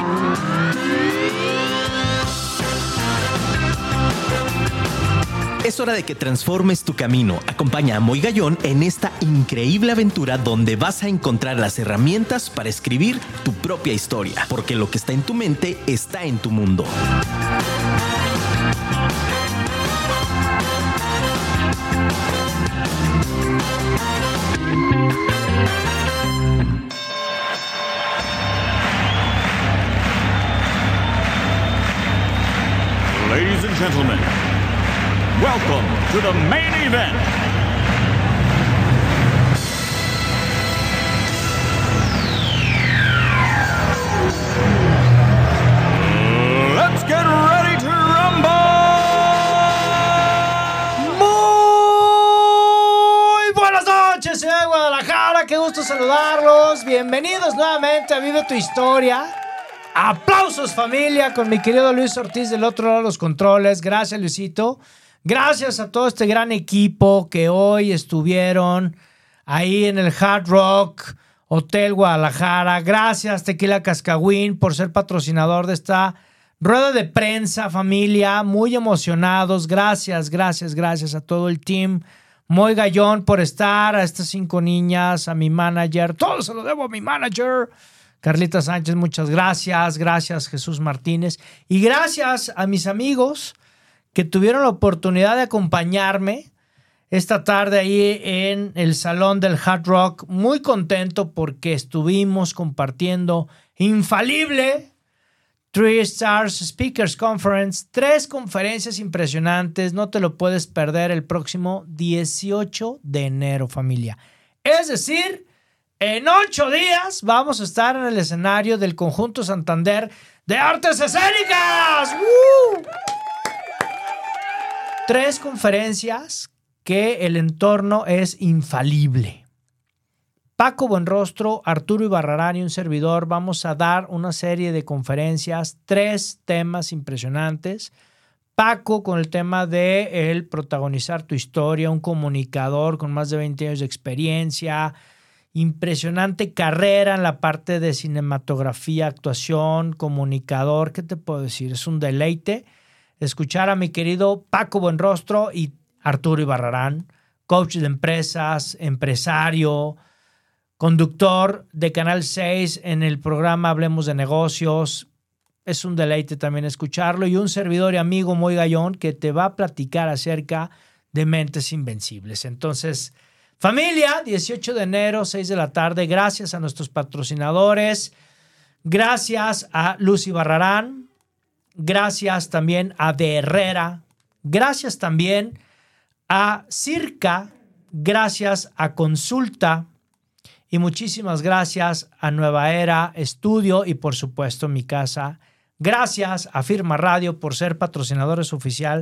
Es hora de que transformes tu camino. Acompaña a Moy Gallón en esta increíble aventura donde vas a encontrar las herramientas para escribir tu propia historia, porque lo que está en tu mente está en tu mundo. Ladies and gentlemen, welcome to the main event. Let's get ready to rumble. Muy buenas noches, ciudad de Guadalajara. Qué gusto saludarlos. Bienvenidos nuevamente a Vive tu Historia. Aplausos, familia, con mi querido Luis Ortiz del otro lado de los controles. Gracias, Luisito. Gracias a todo este gran equipo que hoy estuvieron ahí en el Hard Rock Hotel Guadalajara. Gracias, Tequila Cascagüín, por ser patrocinador de esta rueda de prensa, familia. Muy emocionados. Gracias a todo el team. Moy Gallón por estar, a estas 5 niñas, a mi manager. Todo se lo debo a mi manager. Carlita Sánchez, muchas gracias. Gracias, Jesús Martínez. Y gracias a mis amigos que tuvieron la oportunidad de acompañarme esta tarde ahí en el Salón del Hard Rock. Muy contento porque estuvimos compartiendo infalible 3 Stars Speakers Conference. 3 conferencias impresionantes. No te lo puedes perder el próximo 18 de enero, familia. Es decir, en 8 días vamos a estar en el escenario del Conjunto Santander de Artes Escénicas. 3 conferencias que el entorno es infalible. Paco Buenrostro, Arturo Ibarrarán y un servidor vamos a dar una serie de conferencias, 3 temas impresionantes. Paco con el tema de el protagonizar tu historia, un comunicador con más de 20 años de experiencia. Impresionante carrera en la parte de cinematografía, actuación, comunicador. ¿Qué te puedo decir? Es un deleite escuchar a mi querido Paco Buenrostro y Arturo Ibarrarán, coach de empresas, empresario, conductor de Canal 6 en el programa Hablemos de Negocios. Es un deleite también escucharlo. Y un servidor y amigo, Moy Gallón, que te va a platicar acerca de Mentes Invencibles. Entonces, familia, 18 de enero, 6 de la tarde. Gracias a nuestros patrocinadores. Gracias a Lucy Barrarán. Gracias también a De Herrera. Gracias también a Circa. Gracias a Consulta. Y muchísimas gracias a Nueva Era Estudio y, por supuesto, Mi Casa. Gracias a Firma Radio por ser patrocinadores oficiales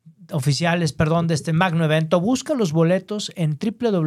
de este magno evento. Busca los boletos en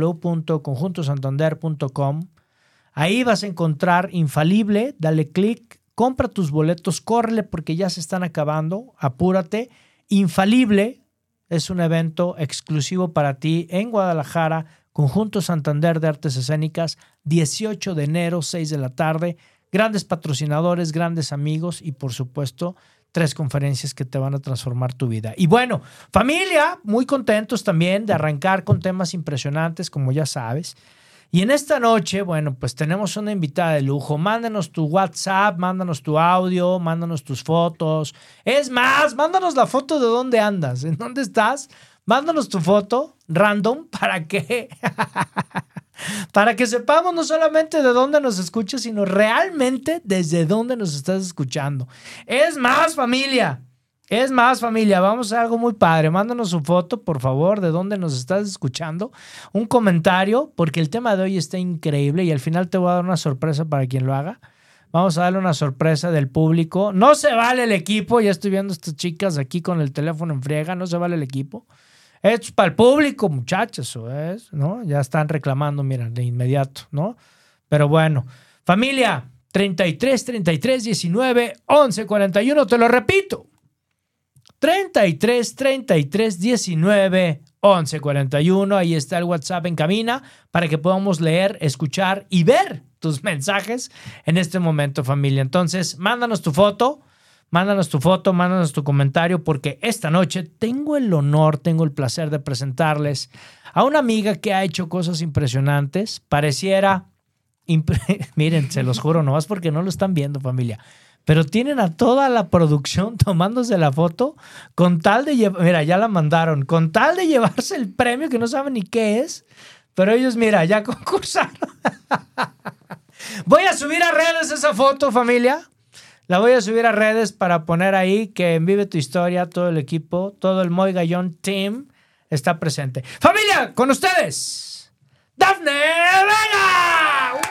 www.conjuntosantander.com. Ahí vas a encontrar infalible. Dale clic, compra tus boletos, córrele porque ya se están acabando. Apúrate. Infalible es un evento exclusivo para ti en Guadalajara, Conjunto Santander de Artes Escénicas, 18 de enero, 6 de la tarde. Grandes patrocinadores, grandes amigos y, por supuesto, 3 conferencias que te van a transformar tu vida. Y bueno, familia, muy contentos también de arrancar con temas impresionantes, como ya sabes. Y en esta noche, bueno, pues tenemos una invitada de lujo. Mándanos tu WhatsApp, mándanos tu audio, mándanos tus fotos. Es más, mándanos la foto de dónde andas, en dónde estás. Mándanos tu foto random para que sepamos no solamente de dónde nos escuchas, sino realmente desde dónde nos estás escuchando. Es más, familia, vamos a hacer algo muy padre. Mándanos su foto, por favor, de dónde nos estás escuchando. Un comentario, porque el tema de hoy está increíble y al final te voy a dar una sorpresa para quien lo haga. Vamos a darle una sorpresa del público. No se vale el equipo. Ya estoy viendo a estas chicas aquí con el teléfono en friega. No se vale el equipo. Esto es para el público, muchachos, ¿no? Ya están reclamando, mira, de inmediato, ¿no? Pero bueno, familia, 33 19 11 41, te lo repito. 33 19 11 41, ahí está el WhatsApp en cabina para que podamos leer, escuchar y ver tus mensajes en este momento, familia. Entonces, mándanos tu foto, mándanos tu comentario, porque esta noche tengo el placer de presentarles a una amiga que ha hecho cosas impresionantes. Pareciera, miren, se los juro, nomás porque no lo están viendo, familia, pero tienen a toda la producción tomándose la foto con tal de llevar, mira, ya la mandaron, con tal de llevarse el premio que no saben ni qué es, pero ellos, mira, ya concursaron. Voy a subir a redes esa foto, familia. La voy a subir a redes para poner ahí que en Vive tu Historia todo el equipo, todo el Moy Gallón Team está presente. ¡Familia! Con ustedes, ¡Dafne Vega!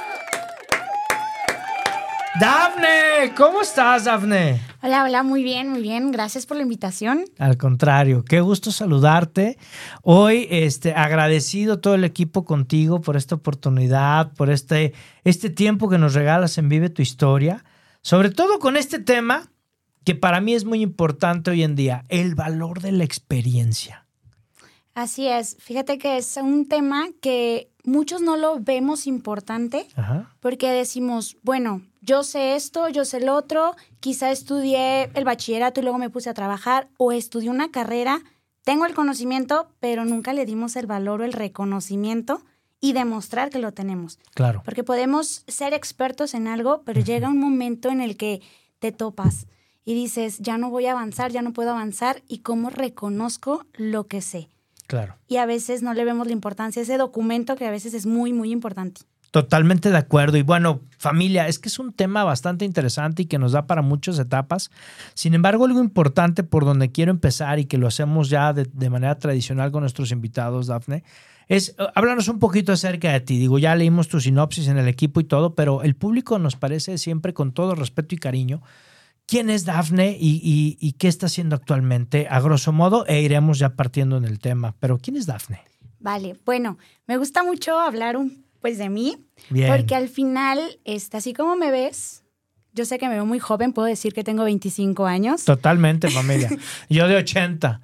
¡Dafne! ¿Cómo estás, Dafne? Hola, muy bien. Gracias por la invitación. Al contrario, qué gusto saludarte. Hoy, agradecido todo el equipo contigo por esta oportunidad, por este tiempo que nos regalas en Vive tu Historia. Sobre todo con este tema que para mí es muy importante hoy en día, el valor de la experiencia. Así es. Fíjate que es un tema que muchos no lo vemos importante. Ajá. Porque decimos, bueno, yo sé esto, yo sé lo otro, quizá estudié el bachillerato y luego me puse a trabajar, o estudié una carrera, tengo el conocimiento, pero nunca le dimos el valor o el reconocimiento y demostrar que lo tenemos. Claro. Porque podemos ser expertos en algo, pero llega un momento en el que te topas y dices, ya no voy a avanzar, ya no puedo avanzar, y cómo reconozco lo que sé. Claro. Y a veces no le vemos la importancia a ese documento que a veces es muy, muy importante. Totalmente de acuerdo. Y bueno, familia, es que es un tema bastante interesante y que nos da para muchas etapas. Sin embargo, algo importante por donde quiero empezar y que lo hacemos ya de manera tradicional con nuestros invitados, Dafne, es háblanos un poquito acerca de ti. Digo, ya leímos tu sinopsis en el equipo y todo, pero el público nos parece siempre, con todo respeto y cariño, ¿quién es Dafne y qué está haciendo actualmente? A grosso modo, iremos ya partiendo en el tema. Pero ¿quién es Dafne? Vale, bueno, me gusta mucho hablar de mí. Bien. Porque al final, así como me ves, yo sé que me veo muy joven, puedo decir que tengo 25 años. Totalmente, familia. Yo de 80.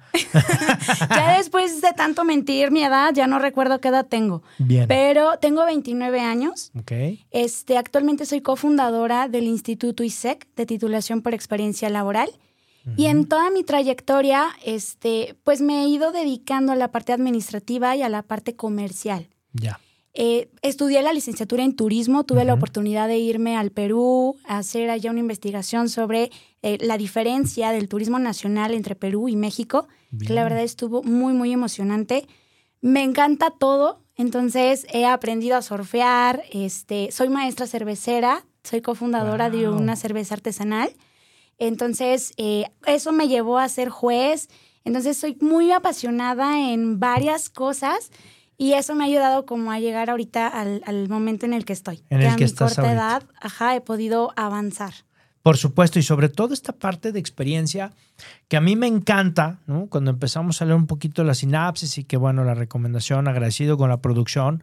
Ya después de tanto mentir mi edad, ya no recuerdo qué edad tengo. Bien. Pero tengo 29 años. Ok. Actualmente soy cofundadora del Instituto ISEC de titulación por experiencia laboral. Y en toda mi trayectoria, pues me he ido dedicando a la parte administrativa y a la parte comercial. Ya. Estudié la licenciatura en turismo, tuve la oportunidad de irme al Perú a hacer allá una investigación sobre la diferencia del turismo nacional entre Perú y México, que la verdad estuvo muy, muy emocionante. Me encanta todo, entonces he aprendido a surfear, soy maestra cervecera, soy cofundadora de una cerveza artesanal, entonces eso me llevó a ser juez, entonces soy muy apasionada en varias cosas. Y eso me ha ayudado como a llegar ahorita al momento en el que estoy. En el que estás a mi corta ahorita. edad, he podido avanzar. Por supuesto, y sobre todo esta parte de experiencia que a mí me encanta, ¿no? Cuando empezamos a leer un poquito la sinapsis y que, bueno, la recomendación, agradecido con la producción,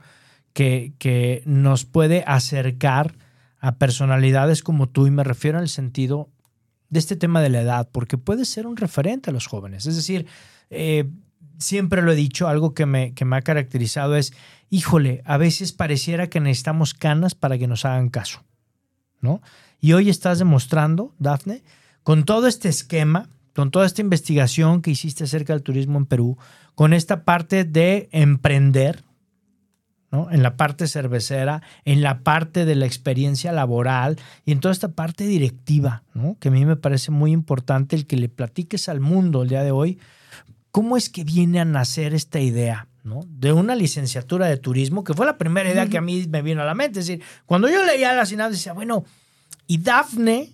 que nos puede acercar a personalidades como tú, y me refiero en el sentido de este tema de la edad, porque puede ser un referente a los jóvenes. Es decir, siempre lo he dicho, algo que me ha caracterizado es, híjole, a veces pareciera que necesitamos canas para que nos hagan caso, ¿no? Y hoy estás demostrando, Dafne, con todo este esquema, con toda esta investigación que hiciste acerca del turismo en Perú, con esta parte de emprender, ¿no? En la parte cervecera, en la parte de la experiencia laboral y en toda esta parte directiva, ¿no? Que a mí me parece muy importante el que le platiques al mundo el día de hoy. ¿Cómo es que viene a nacer esta idea, ¿no? De una licenciatura de turismo, que fue la primera idea que a mí me vino a la mente? Es decir, cuando yo leía la sinapsis, decía, bueno, ¿y Dafne?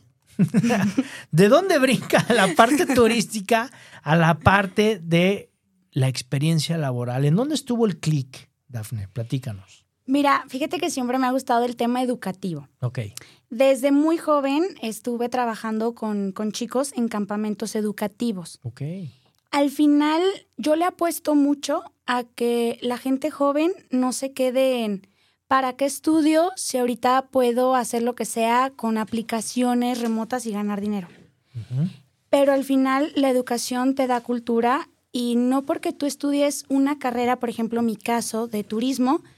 ¿De dónde brinca la parte turística a la parte de la experiencia laboral? ¿En dónde estuvo el clic, Dafne? Platícanos. Mira, fíjate que siempre me ha gustado el tema educativo. Ok. Desde muy joven estuve trabajando con chicos en campamentos educativos. Ok. Al final, yo le apuesto mucho a que la gente joven no se quede en ¿para qué estudio si ahorita puedo hacer lo que sea con aplicaciones remotas y ganar dinero? Pero al final, la educación te da cultura y no porque tú estudies una carrera, por ejemplo, mi caso, de turismo,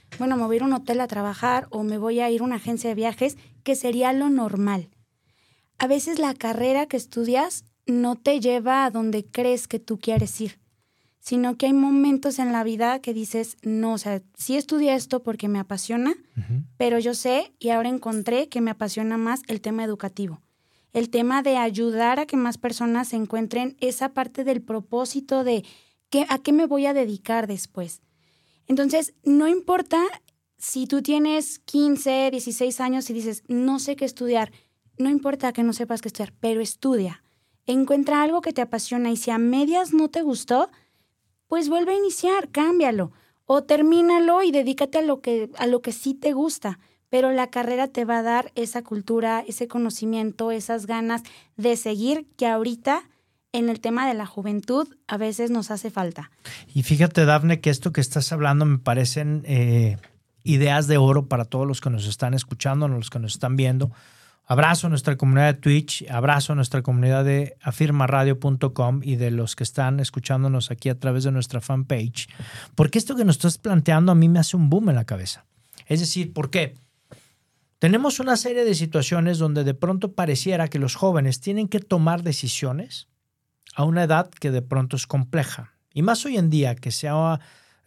bueno, me voy a ir a un hotel a trabajar o me voy a ir a una agencia de viajes, que sería lo normal. A veces la carrera que estudias no te lleva a donde crees que tú quieres ir, sino que hay momentos en la vida que dices, no, o sea, sí estudié esto porque me apasiona, pero yo sé y ahora encontré que me apasiona más el tema educativo. El tema de ayudar a que más personas encuentren esa parte del propósito de a qué me voy a dedicar después. Entonces, no importa si tú tienes 15, 16 años y dices, no sé qué estudiar, no importa que no sepas qué estudiar, pero estudia. Encuentra algo que te apasiona y si a medias no te gustó, pues vuelve a iniciar, cámbialo. O termínalo y dedícate a lo que sí te gusta. Pero la carrera te va a dar esa cultura, ese conocimiento, esas ganas de seguir que ahorita en el tema de la juventud a veces nos hace falta. Y fíjate, Dafne, que esto que estás hablando me parecen ideas de oro para todos los que nos están escuchando, los que nos están viendo. Abrazo a nuestra comunidad de Twitch, abrazo a nuestra comunidad de afirmaradio.com y de los que están escuchándonos aquí a través de nuestra fanpage. Porque esto que nos estás planteando a mí me hace un boom en la cabeza. Es decir, ¿por qué? Tenemos una serie de situaciones donde de pronto pareciera que los jóvenes tienen que tomar decisiones a una edad que de pronto es compleja. Y más hoy en día que se ha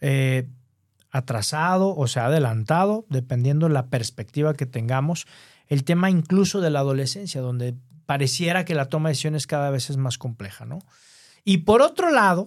atrasado o se ha adelantado, dependiendo de la perspectiva que tengamos, el tema incluso de la adolescencia, donde pareciera que la toma de decisiones cada vez es más compleja, ¿no? Y por otro lado,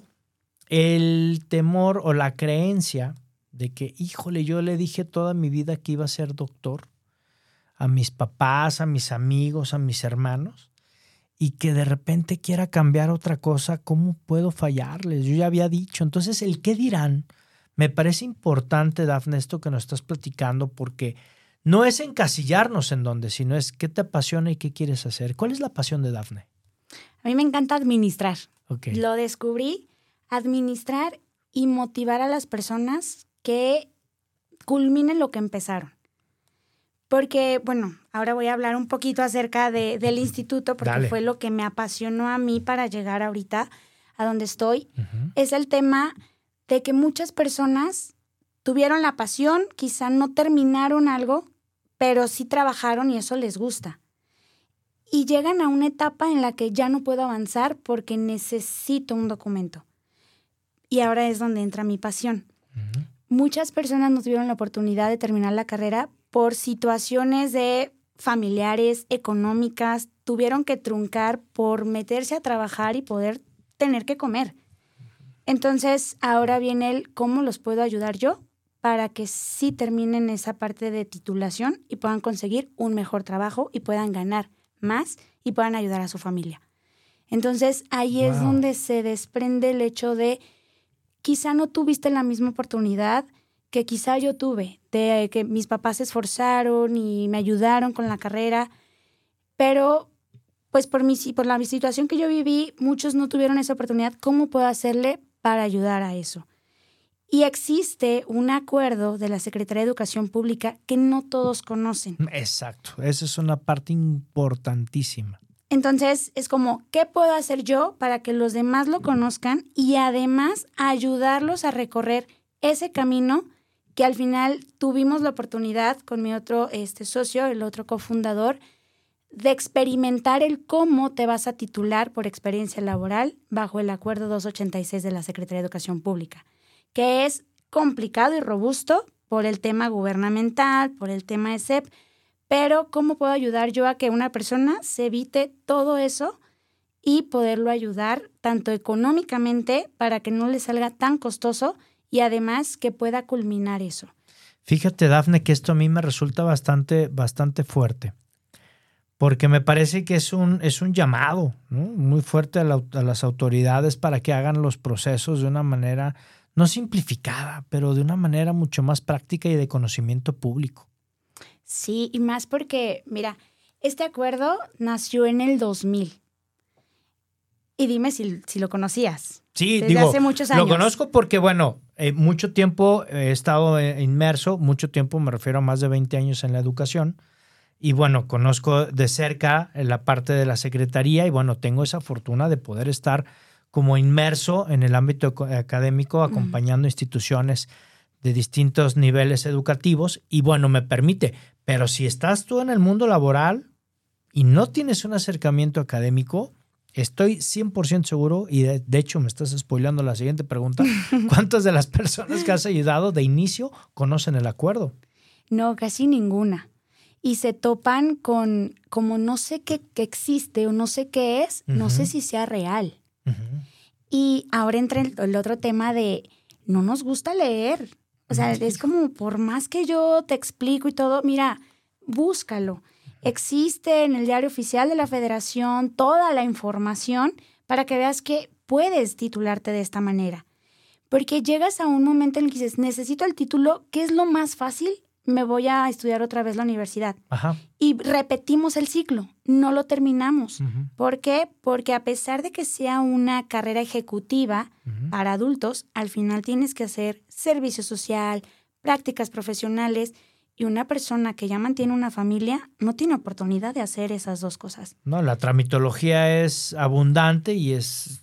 el temor o la creencia de que, híjole, yo le dije toda mi vida que iba a ser doctor, a mis papás, a mis amigos, a mis hermanos, y que de repente quiera cambiar otra cosa, ¿cómo puedo fallarles? Yo ya había dicho. Entonces, el qué dirán, me parece importante, Dafne, esto que nos estás platicando, porque no es encasillarnos en dónde, sino es qué te apasiona y qué quieres hacer. ¿Cuál es la pasión de Dafne? A mí me encanta administrar. Okay. Lo descubrí, administrar y motivar a las personas que culminen lo que empezaron. Porque, bueno, ahora voy a hablar un poquito acerca del instituto, porque Dale. fue lo que me apasionó a mí para llegar ahorita a donde estoy. Es el tema de que muchas personas tuvieron la pasión, quizá no terminaron algo, pero sí trabajaron y eso les gusta. Y llegan a una etapa en la que ya no puedo avanzar porque necesito un documento. Y ahora es donde entra mi pasión. Muchas personas no tuvieron la oportunidad de terminar la carrera por situaciones de familiares, económicas, tuvieron que truncar por meterse a trabajar y poder tener que comer. Entonces, ahora viene el cómo los puedo ayudar yo para que sí terminen esa parte de titulación y puedan conseguir un mejor trabajo y puedan ganar más y puedan ayudar a su familia. Entonces, ahí es donde se desprende el hecho de quizá no tuviste la misma oportunidad que quizá yo tuve, de que mis papás se esforzaron y me ayudaron con la carrera, pero pues por la situación que yo viví, muchos no tuvieron esa oportunidad. ¿Cómo puedo hacerle para ayudar a eso? Y existe un acuerdo de la Secretaría de Educación Pública que no todos conocen. Exacto, esa es una parte importantísima. Entonces, es como, ¿qué puedo hacer yo para que los demás lo conozcan y además ayudarlos a recorrer ese camino que al final tuvimos la oportunidad con mi otro socio, el otro cofundador, de experimentar el cómo te vas a titular por experiencia laboral bajo el Acuerdo 286 de la Secretaría de Educación Pública, que es complicado y robusto por el tema gubernamental, por el tema de SEP, pero ¿cómo puedo ayudar yo a que una persona se evite todo eso y poderlo ayudar tanto económicamente para que no le salga tan costoso y además que pueda culminar eso? Fíjate, Dafne, que esto a mí me resulta bastante fuerte, porque me parece que es un llamado, ¿no?, muy fuerte a las autoridades para que hagan los procesos de una manera no simplificada, pero de una manera mucho más práctica y de conocimiento público. Sí, y más porque, mira, este acuerdo nació en el 2000. Y dime si lo conocías. Sí, desde hace muchos años. Lo conozco porque, bueno, mucho tiempo he estado inmerso, mucho tiempo, me refiero a más de 20 años en la educación. Y bueno, conozco de cerca la parte de la secretaría y bueno, tengo esa fortuna de poder estar como inmerso en el ámbito académico, acompañando instituciones de distintos niveles educativos y bueno, me permite. Pero si estás tú en el mundo laboral y no tienes un acercamiento académico, estoy 100% seguro, y de hecho me estás spoileando la siguiente pregunta, ¿cuántas de las personas que has ayudado de inicio conocen el acuerdo? No, casi ninguna. Y se topan con como no sé qué existe o no sé qué es, no sé si sea real. Y ahora entra el otro tema de no nos gusta leer. O sea, es como por más que yo te explico y todo, mira, búscalo. Existe en el Diario Oficial de la Federación toda la información para que veas que puedes titularte de esta manera. Porque llegas a un momento en el que dices, necesito el título, ¿qué es lo más fácil? Me voy a estudiar otra vez la universidad. Ajá. Y repetimos el ciclo, no lo terminamos. ¿Por qué? Porque a pesar de que sea una carrera ejecutiva para adultos, al final tienes que hacer servicio social, prácticas profesionales, y una persona que ya mantiene una familia no tiene oportunidad de hacer esas dos cosas. No, la tramitología es abundante y es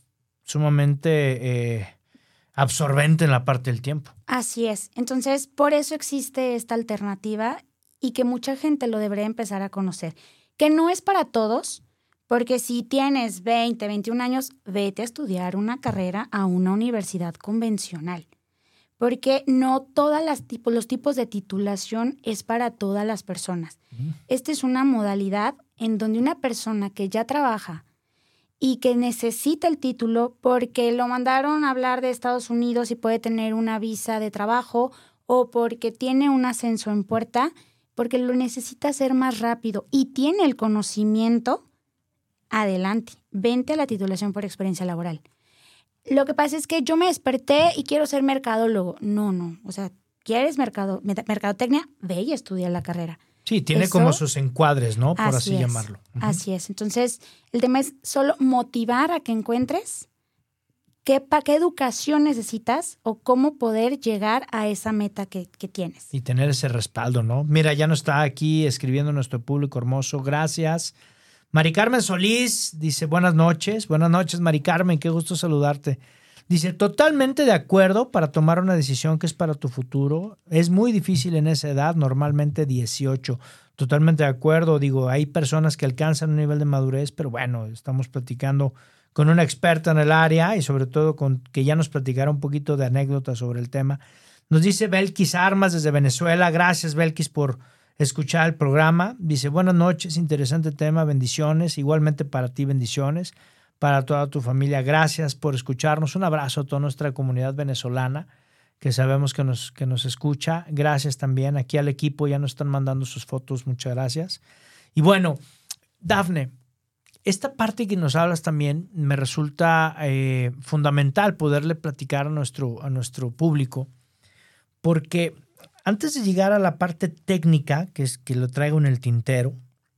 sumamente absorbente en la parte del tiempo. Así es. Entonces, por eso existe esta alternativa y que mucha gente lo debería empezar a conocer. Que no es para todos, porque si tienes 20, 21 años, vete a estudiar una carrera a una universidad convencional. Porque no todos los tipos de titulación es para todas las personas. Esta es una modalidad en donde una persona que ya trabaja y que necesita el título porque lo mandaron a hablar de Estados Unidos y puede tener una visa de trabajo o porque tiene un ascenso en puerta, porque lo necesita hacer más rápido y tiene el conocimiento, adelante, vente a la titulación por experiencia laboral. Lo que pasa es que yo me desperté y quiero ser mercadólogo. No. O sea, ¿quieres mercadotecnia? Ve y estudia la carrera. Sí, tiene como sus encuadres, ¿no? Por así llamarlo. Así es. Entonces, el tema es solo motivar a que encuentres qué educación necesitas o cómo poder llegar a esa meta que tienes. Y tener ese respaldo, ¿no? Mira, ya nos está aquí escribiendo nuestro público hermoso. Gracias. Mari Carmen Solís dice, buenas noches. Buenas noches, Mari Carmen. Qué gusto saludarte. Dice, totalmente de acuerdo para tomar una decisión que es para tu futuro. Es muy difícil en esa edad, normalmente 18. Totalmente de acuerdo. Digo, hay personas que alcanzan un nivel de madurez, pero bueno, estamos platicando con una experta en el área y sobre todo con que ya nos platicara un poquito de anécdotas sobre el tema. Nos dice Belkis Armas desde Venezuela. Gracias, Belkis, por escuchar el programa. Dice, buenas noches, interesante tema, bendiciones. Igualmente para ti, bendiciones. Para toda tu familia, gracias por escucharnos. Un abrazo a toda nuestra comunidad venezolana que sabemos que nos escucha. Gracias también aquí al equipo, ya nos están mandando sus fotos, muchas gracias. Y bueno, Dafne, esta parte que nos hablas también me resulta fundamental poderle platicar a nuestro público, porque antes de llegar a la parte técnica, que es que lo traigo en el tintero,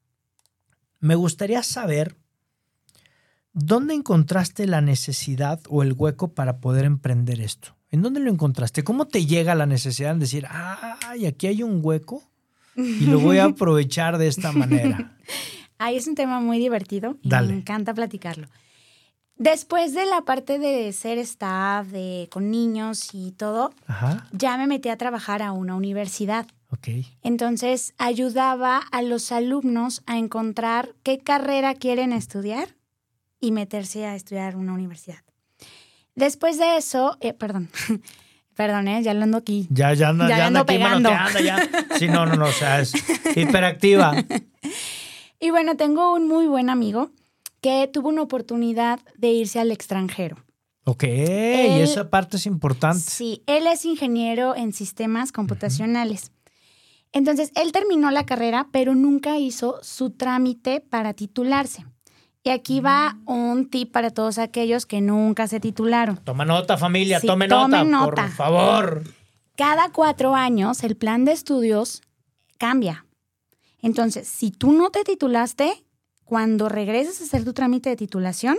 me gustaría saber ¿dónde encontraste la necesidad o el hueco para poder emprender esto? ¿En dónde lo encontraste? ¿Cómo te llega la necesidad de decir, ay, aquí hay un hueco y lo voy a aprovechar de esta manera? Ay, es un tema muy divertido y Dale. me encanta platicarlo. Después de la parte de ser staff, con niños y todo, Ajá. ya me metí a trabajar a una universidad. Ok. Entonces, ayudaba a los alumnos a encontrar qué carrera quieren estudiar y meterse a estudiar una universidad. Después de eso, perdón, ya lo ando aquí. Ya ando aquí pegando. manoteando, ya. Sí, no, o sea, es hiperactiva. Y bueno, tengo un muy buen amigo que tuvo una oportunidad de irse al extranjero. Ok, y esa parte es importante. Sí, él es ingeniero en sistemas computacionales. Entonces, él terminó la carrera, pero nunca hizo su trámite para titularse. Y aquí va un tip para todos aquellos que nunca se titularon. Toma nota, familia, Sí, tome tomen nota, nota. por favor. Cada 4 años el plan de estudios cambia. Entonces, si tú no te titulaste, cuando regreses a hacer tu trámite de titulación,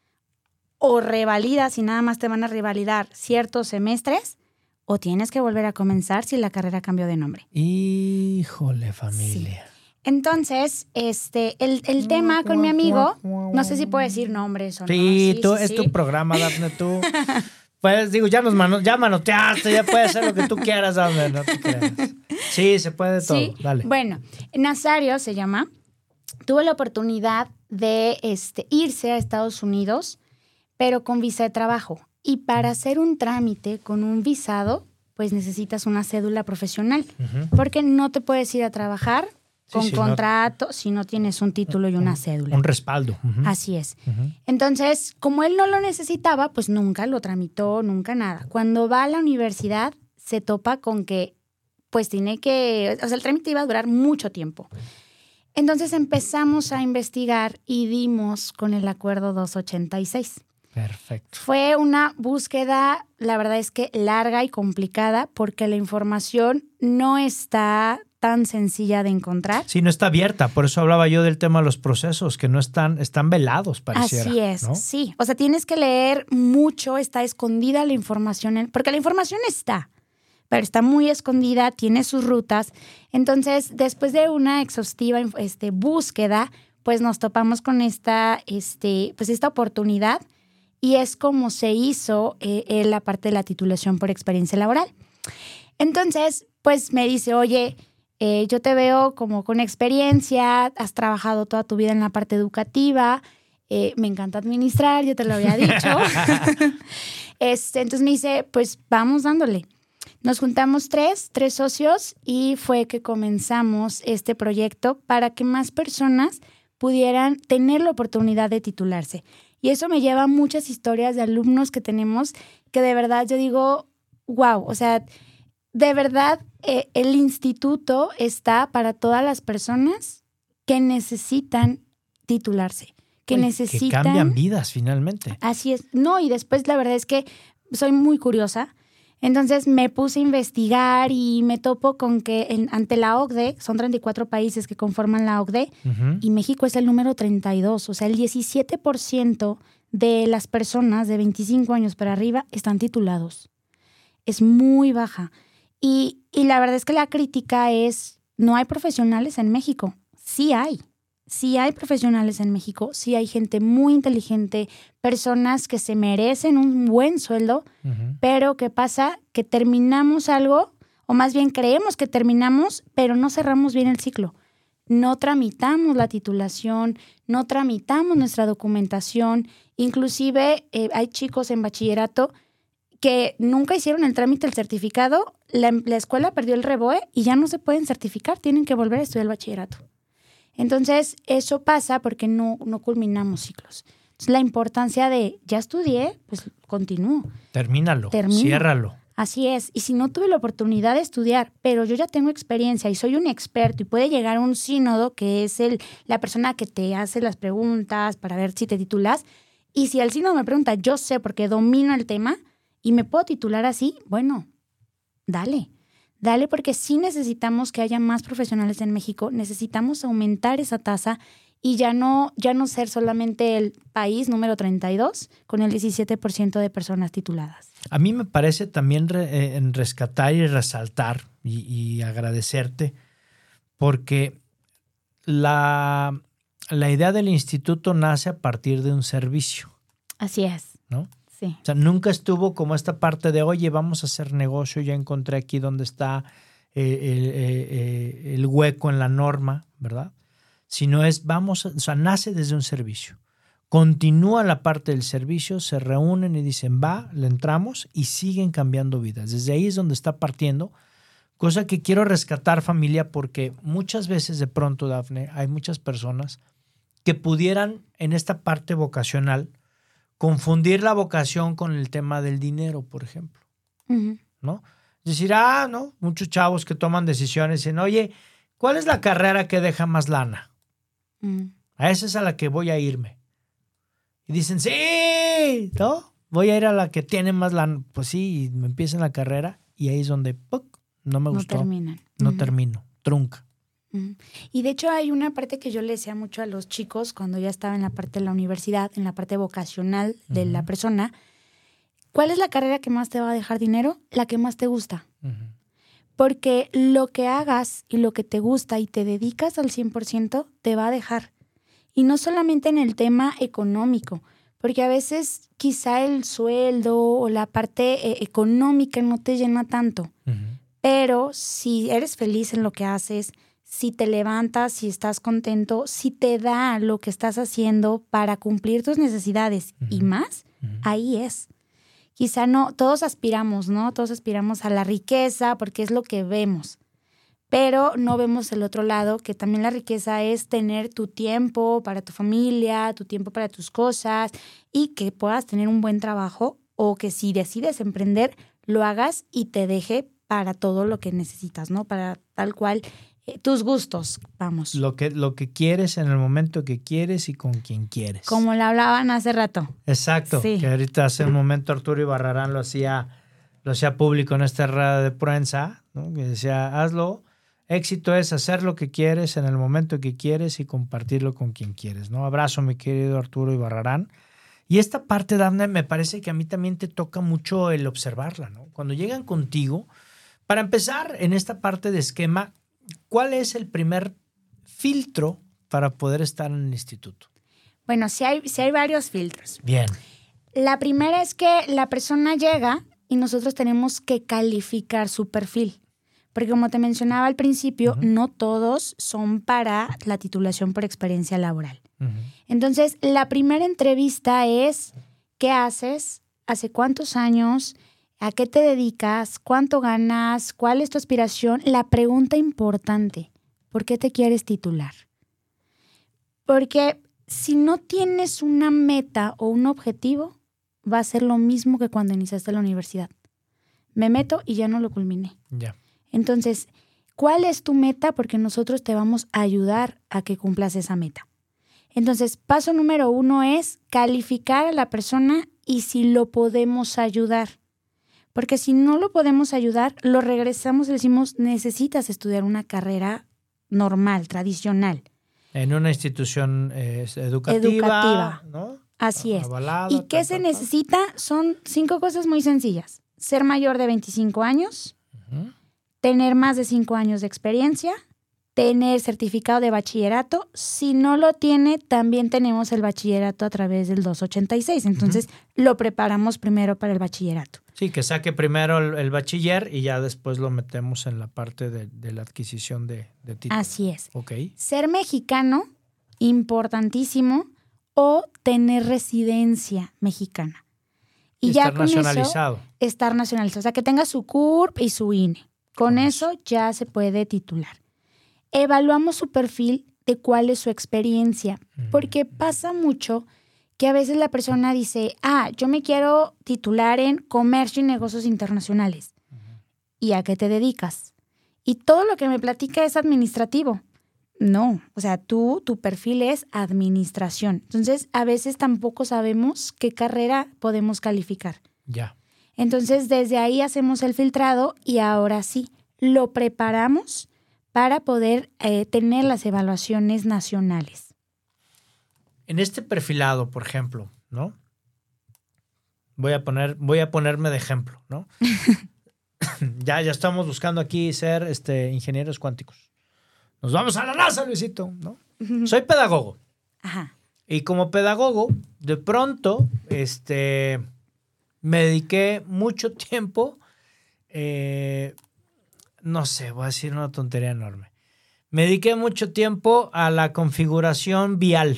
o revalidas y nada más te van a revalidar ciertos semestres, o tienes que volver a comenzar si la carrera cambió de nombre. Híjole, familia. Sí. Entonces, el tema con mi amigo, no sé si puedo decir nombres o no. Sí, Sí, es tu programa, Dafne, tú. Pues digo, ya manoteaste, ya puedes hacer lo que tú quieras, hombre, no te creas. Sí, se puede todo, Sí. dale. Bueno, Nazario se llama. Tuvo la oportunidad de irse a Estados Unidos, pero con visa de trabajo. Y para hacer un trámite con un visado, pues necesitas una cédula profesional, porque no te puedes ir a trabajar con contrato si no tienes un título y una cédula. Un respaldo. Así es. Entonces, como él no lo necesitaba, pues nunca lo tramitó, nunca nada. Cuando va a la universidad, se topa con que, pues tiene que, o sea, el trámite iba a durar mucho tiempo. Entonces empezamos a investigar y dimos con el acuerdo 286. Perfecto. Fue una búsqueda, la verdad es que larga y complicada, porque la información no está tan sencilla de encontrar. Sí, no está abierta. Por eso hablaba yo del tema de los procesos, que no están velados, pareciera. Así es, ¿no? sí. O sea, tienes que leer mucho, está escondida la información, porque la información está, pero está muy escondida, tiene sus rutas. Entonces, después de una exhaustiva búsqueda, pues nos topamos con esta oportunidad, y es como se hizo la parte de la titulación por experiencia laboral. Entonces, pues me dice, oye, yo te veo como con experiencia, has trabajado toda tu vida en la parte educativa, me encanta administrar, yo te lo había dicho. Entonces me dice, pues vamos dándole. Nos juntamos tres socios, y fue que comenzamos este proyecto para que más personas pudieran tener la oportunidad de titularse. Y eso me lleva a muchas historias de alumnos que tenemos que de verdad yo digo, wow, o sea, de verdad el instituto está para todas las personas que necesitan titularse, que necesitan... Que cambian vidas finalmente. Así es. No, y después la verdad es que soy muy curiosa. Entonces me puse a investigar y me topo con que ante la OCDE, son 34 países que conforman la OCDE, y México es el número 32. O sea, el 17% de las personas de 25 años para arriba están titulados. Es muy baja. Y la verdad es que la crítica es, no hay profesionales en México. Sí hay. Sí hay profesionales en México, sí hay gente muy inteligente, personas que se merecen un buen sueldo, pero ¿qué pasa? Que terminamos algo, o más bien creemos que terminamos, pero no cerramos bien el ciclo. No tramitamos la titulación, no tramitamos nuestra documentación, inclusive hay chicos en bachillerato que nunca hicieron el trámite del certificado, la escuela perdió el REBOE y ya no se pueden certificar, tienen que volver a estudiar el bachillerato. Entonces, eso pasa porque no culminamos ciclos. Entonces, la importancia de, ya estudié, pues continúo. Termínalo, ciérralo. Así es. Y si no tuve la oportunidad de estudiar, pero yo ya tengo experiencia y soy un experto y puede llegar a un sínodo que es la persona que te hace las preguntas para ver si te titulas. Y si el sínodo me pregunta, yo sé porque domino el tema y me puedo titular así, bueno, dale. Dale, porque sí necesitamos que haya más profesionales en México, necesitamos aumentar esa tasa y ya no ser solamente el país número 32 con el 17% de personas tituladas. A mí me parece también rescatar y resaltar y agradecerte, porque la idea del instituto nace a partir de un servicio. Así es. ¿No? Sí. O sea, nunca estuvo como esta parte de, oye, vamos a hacer negocio, ya encontré aquí donde está el hueco en la norma, ¿verdad? Sino nace desde un servicio. Continúa la parte del servicio, se reúnen y dicen, le entramos, y siguen cambiando vidas. Desde ahí es donde está partiendo, cosa que quiero rescatar, familia, porque muchas veces de pronto, Dafne, hay muchas personas que pudieran en esta parte vocacional confundir la vocación con el tema del dinero, por ejemplo, ¿no? Decir, no, muchos chavos que toman decisiones dicen, oye, ¿cuál es la carrera que deja más lana? A esa es a la que voy a irme. Y dicen, sí, ¿no? Voy a ir a la que tiene más lana. Pues sí, y me empiezan la carrera y ahí es donde, ¡puc!, no me gustó. No termino, trunca. Y de hecho hay una parte que yo le decía mucho a los chicos cuando ya estaba en la parte de la universidad, en la parte vocacional de la persona. ¿Cuál es la carrera que más te va a dejar dinero? La que más te gusta. Porque lo que hagas y lo que te gusta y te dedicas al 100% te va a dejar. Y no solamente en el tema económico, porque a veces quizá el sueldo o la parte económica no te llena tanto. Pero si eres feliz en lo que haces, si te levantas, si estás contento, si te da lo que estás haciendo para cumplir tus necesidades y más, ahí es. Quizá no, todos aspiramos, ¿no? Todos aspiramos a la riqueza porque es lo que vemos. Pero no vemos el otro lado, que también la riqueza es tener tu tiempo para tu familia, tu tiempo para tus cosas y que puedas tener un buen trabajo o que si decides emprender, lo hagas y te deje para todo lo que necesitas, ¿no? Para tal cual tus gustos, vamos. Lo que quieres en el momento que quieres y con quien quieres. Como le hablaban hace rato. Exacto, sí. Que ahorita hace un momento Arturo Ibarrarán lo hacía público en esta rueda de prensa, ¿no? Que decía, hazlo. Éxito es hacer lo que quieres en el momento que quieres y compartirlo con quien quieres, ¿no? Abrazo, mi querido Arturo Ibarrarán. Y esta parte, Dafne, me parece que a mí también te toca mucho el observarla, ¿no? Cuando llegan contigo, para empezar, en esta parte de esquema, ¿cuál es el primer filtro para poder estar en el instituto? Bueno, sí hay varios filtros. Bien. La primera es que la persona llega y nosotros tenemos que calificar su perfil. Porque como te mencionaba al principio, no todos son para la titulación por experiencia laboral. Entonces, la primera entrevista es ¿qué haces? ¿Hace cuántos años? ¿A qué te dedicas? ¿Cuánto ganas? ¿Cuál es tu aspiración? La pregunta importante, ¿por qué te quieres titular? Porque si no tienes una meta o un objetivo, va a ser lo mismo que cuando iniciaste la universidad. Me meto y ya no lo culminé. Ya. Entonces, ¿cuál es tu meta? Porque nosotros te vamos a ayudar a que cumplas esa meta. Entonces, paso número 1 es calificar a la persona y si lo podemos ayudar. Porque si no lo podemos ayudar, lo regresamos y decimos, necesitas estudiar una carrera normal, tradicional. En una institución educativa, ¿no? Así es. Avalada, ¿Y qué se necesita? Son 5 cosas muy sencillas. Ser mayor de 25 años, tener más de 5 años de experiencia, tener certificado de bachillerato. Si no lo tiene, también tenemos el bachillerato a través del 286. Entonces, lo preparamos primero para el bachillerato. Sí, que saque primero el bachiller y ya después lo metemos en la parte de la adquisición de títulos. Así es. Okay. Ser mexicano, importantísimo, o tener residencia mexicana. Y ya estar nacionalizado. Estar nacionalizado. O sea, que tenga su CURP y su INE. Con eso ya se puede titular. Evaluamos su perfil de cuál es su experiencia, porque pasa mucho que a veces la persona dice, yo me quiero titular en comercio y negocios internacionales. ¿Y a qué te dedicas? Y todo lo que me platica es administrativo. No, o sea, tu perfil es administración. Entonces, a veces tampoco sabemos qué carrera podemos calificar. Ya. Entonces, desde ahí hacemos el filtrado y ahora sí, lo preparamos para poder tener las evaluaciones nacionales. En este perfilado, por ejemplo, ¿no? Voy a ponerme de ejemplo, ¿no? ya estamos buscando aquí ser ingenieros cuánticos. Nos vamos a la NASA, Luisito, ¿no? Soy pedagogo. Ajá. Y como pedagogo, de pronto, me dediqué mucho tiempo, no sé, voy a decir una tontería enorme. Me dediqué mucho tiempo a la configuración vial.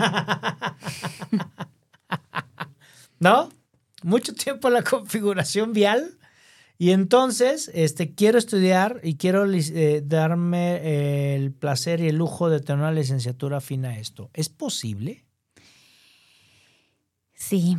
¿No? Mucho tiempo a la configuración vial. Y entonces quiero estudiar y quiero darme el placer y el lujo de tener una licenciatura afín a esto. ¿Es posible? Sí.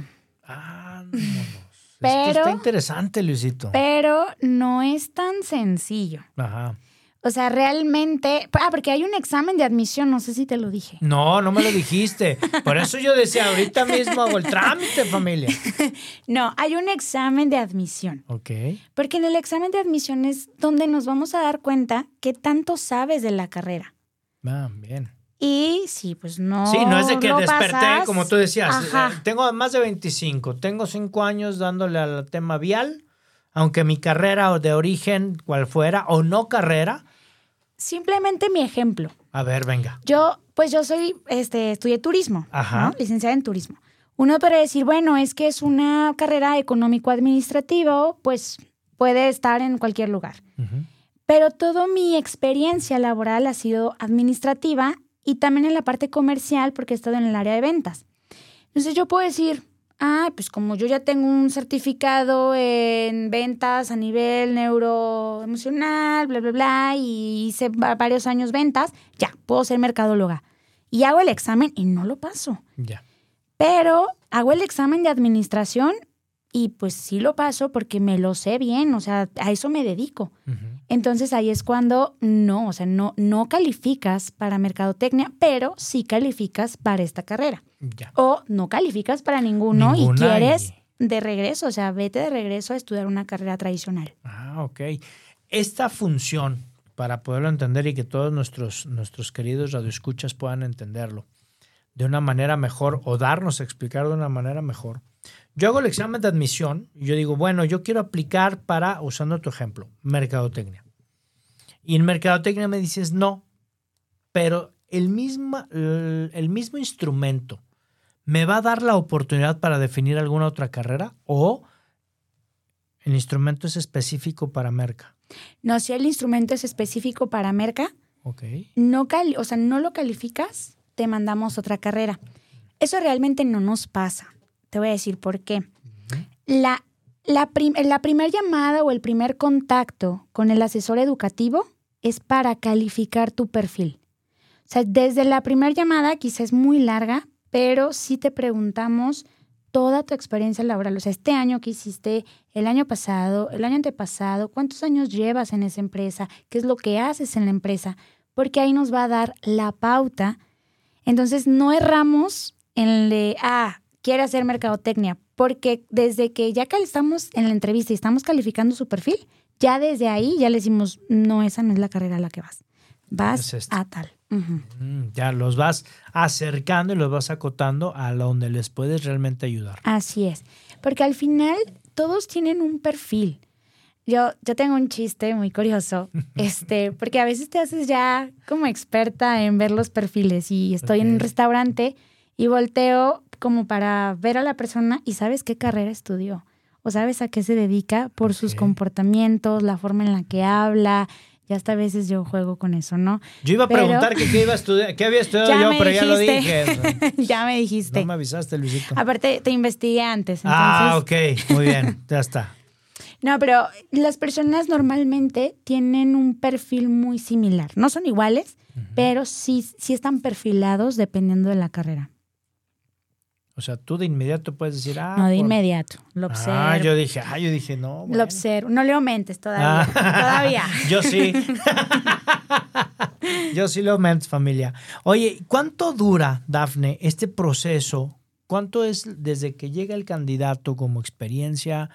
Esto está interesante, Luisito. Pero no es tan sencillo. Ajá. O sea, realmente... porque hay un examen de admisión, no sé si te lo dije. No me lo dijiste. Por eso yo decía, ahorita mismo hago el trámite, familia. No, hay un examen de admisión. Ok. Porque en el examen de admisión es donde nos vamos a dar cuenta qué tanto sabes de la carrera. Bien. Y sí, pues no. Sí, no es de que desperté, pasas, como tú decías. Tengo más de 25. Tengo 5 años dándole al tema vial, aunque mi carrera de origen, cual fuera, o no carrera. Simplemente mi ejemplo. A ver, venga. Yo soy, estudié turismo, Ajá. ¿no? Licenciada en turismo. Uno podría decir, bueno, es que es una carrera económico-administrativa, pues puede estar en cualquier lugar. Ujú. Pero toda mi experiencia laboral ha sido administrativa y también en la parte comercial porque he estado en el área de ventas. Entonces yo puedo decir, pues como yo ya tengo un certificado en ventas a nivel neuroemocional, bla, bla, bla, y hice varios años ventas, ya, puedo ser mercadóloga. Y hago el examen y no lo paso. Ya. Pero hago el examen de administración y pues sí lo paso porque me lo sé bien, o sea, a eso me dedico. Ujú. Entonces ahí es cuando no calificas para mercadotecnia, pero sí calificas para esta carrera. Ya. O no calificas para ninguno y Ninguna quieres y- de regreso, o sea, vete de regreso a estudiar una carrera tradicional. Ok. Esta función, para poderlo entender y que todos nuestros queridos radioescuchas puedan entenderlo de una manera mejor o darnos a explicar de una manera mejor. Yo hago el examen de admisión y yo digo, bueno, yo quiero aplicar para, usando tu ejemplo, mercadotecnia. Y en mercadotecnia me dices no, pero el mismo instrumento me va a dar la oportunidad para definir alguna otra carrera o el instrumento es específico para merca. No, si el instrumento es específico para merca, Ok. no lo calificas, te mandamos otra carrera. Eso realmente no nos pasa. Te voy a decir por qué. La primera llamada o el primer contacto con el asesor educativo es para calificar tu perfil. O sea, desde la primera llamada, quizás es muy larga, pero sí te preguntamos toda tu experiencia laboral. O sea, este año que hiciste, el año pasado, el año antepasado, cuántos años llevas en esa empresa, qué es lo que haces en la empresa, porque ahí nos va a dar la pauta. Entonces, no erramos en el de, quiere hacer mercadotecnia, porque desde que ya estamos en la entrevista y estamos calificando su perfil, ya desde ahí ya le decimos, no, esa no es la carrera a la que vas. Vas Es esta. a tal. Ujú. Ya los vas acercando y los vas acotando a donde les puedes realmente ayudar. Así es. Porque al final todos tienen un perfil. Yo tengo un chiste muy curioso, porque a veces te haces ya como experta en ver los perfiles y estoy en un Ok. restaurante y volteo como para ver a la persona y sabes qué carrera estudió o sabes a qué se dedica por sus Ok. comportamientos, la forma en la que habla. Ya hasta a veces yo juego con eso, ¿no? Yo iba a Pero- preguntar que qué iba a estudiar, qué había estudiado Ya yo, me pero ya lo dijiste. dije. Ya me dijiste. No me avisaste, Luisito. Aparte, te investigué antes. Entonces, Ok, muy bien, ya está. No, pero las personas normalmente tienen un perfil muy similar. No son iguales, pero sí están perfilados dependiendo de la carrera. O sea, tú de inmediato puedes decir, No de inmediato. Lo observo. yo dije, no. Lo Bueno. observo. No le aumentes todavía. Todavía. Yo sí. Yo sí lo aumento, familia. Oye, ¿cuánto dura, Dafne, este proceso? ¿Cuánto es desde que llega el candidato como experiencia,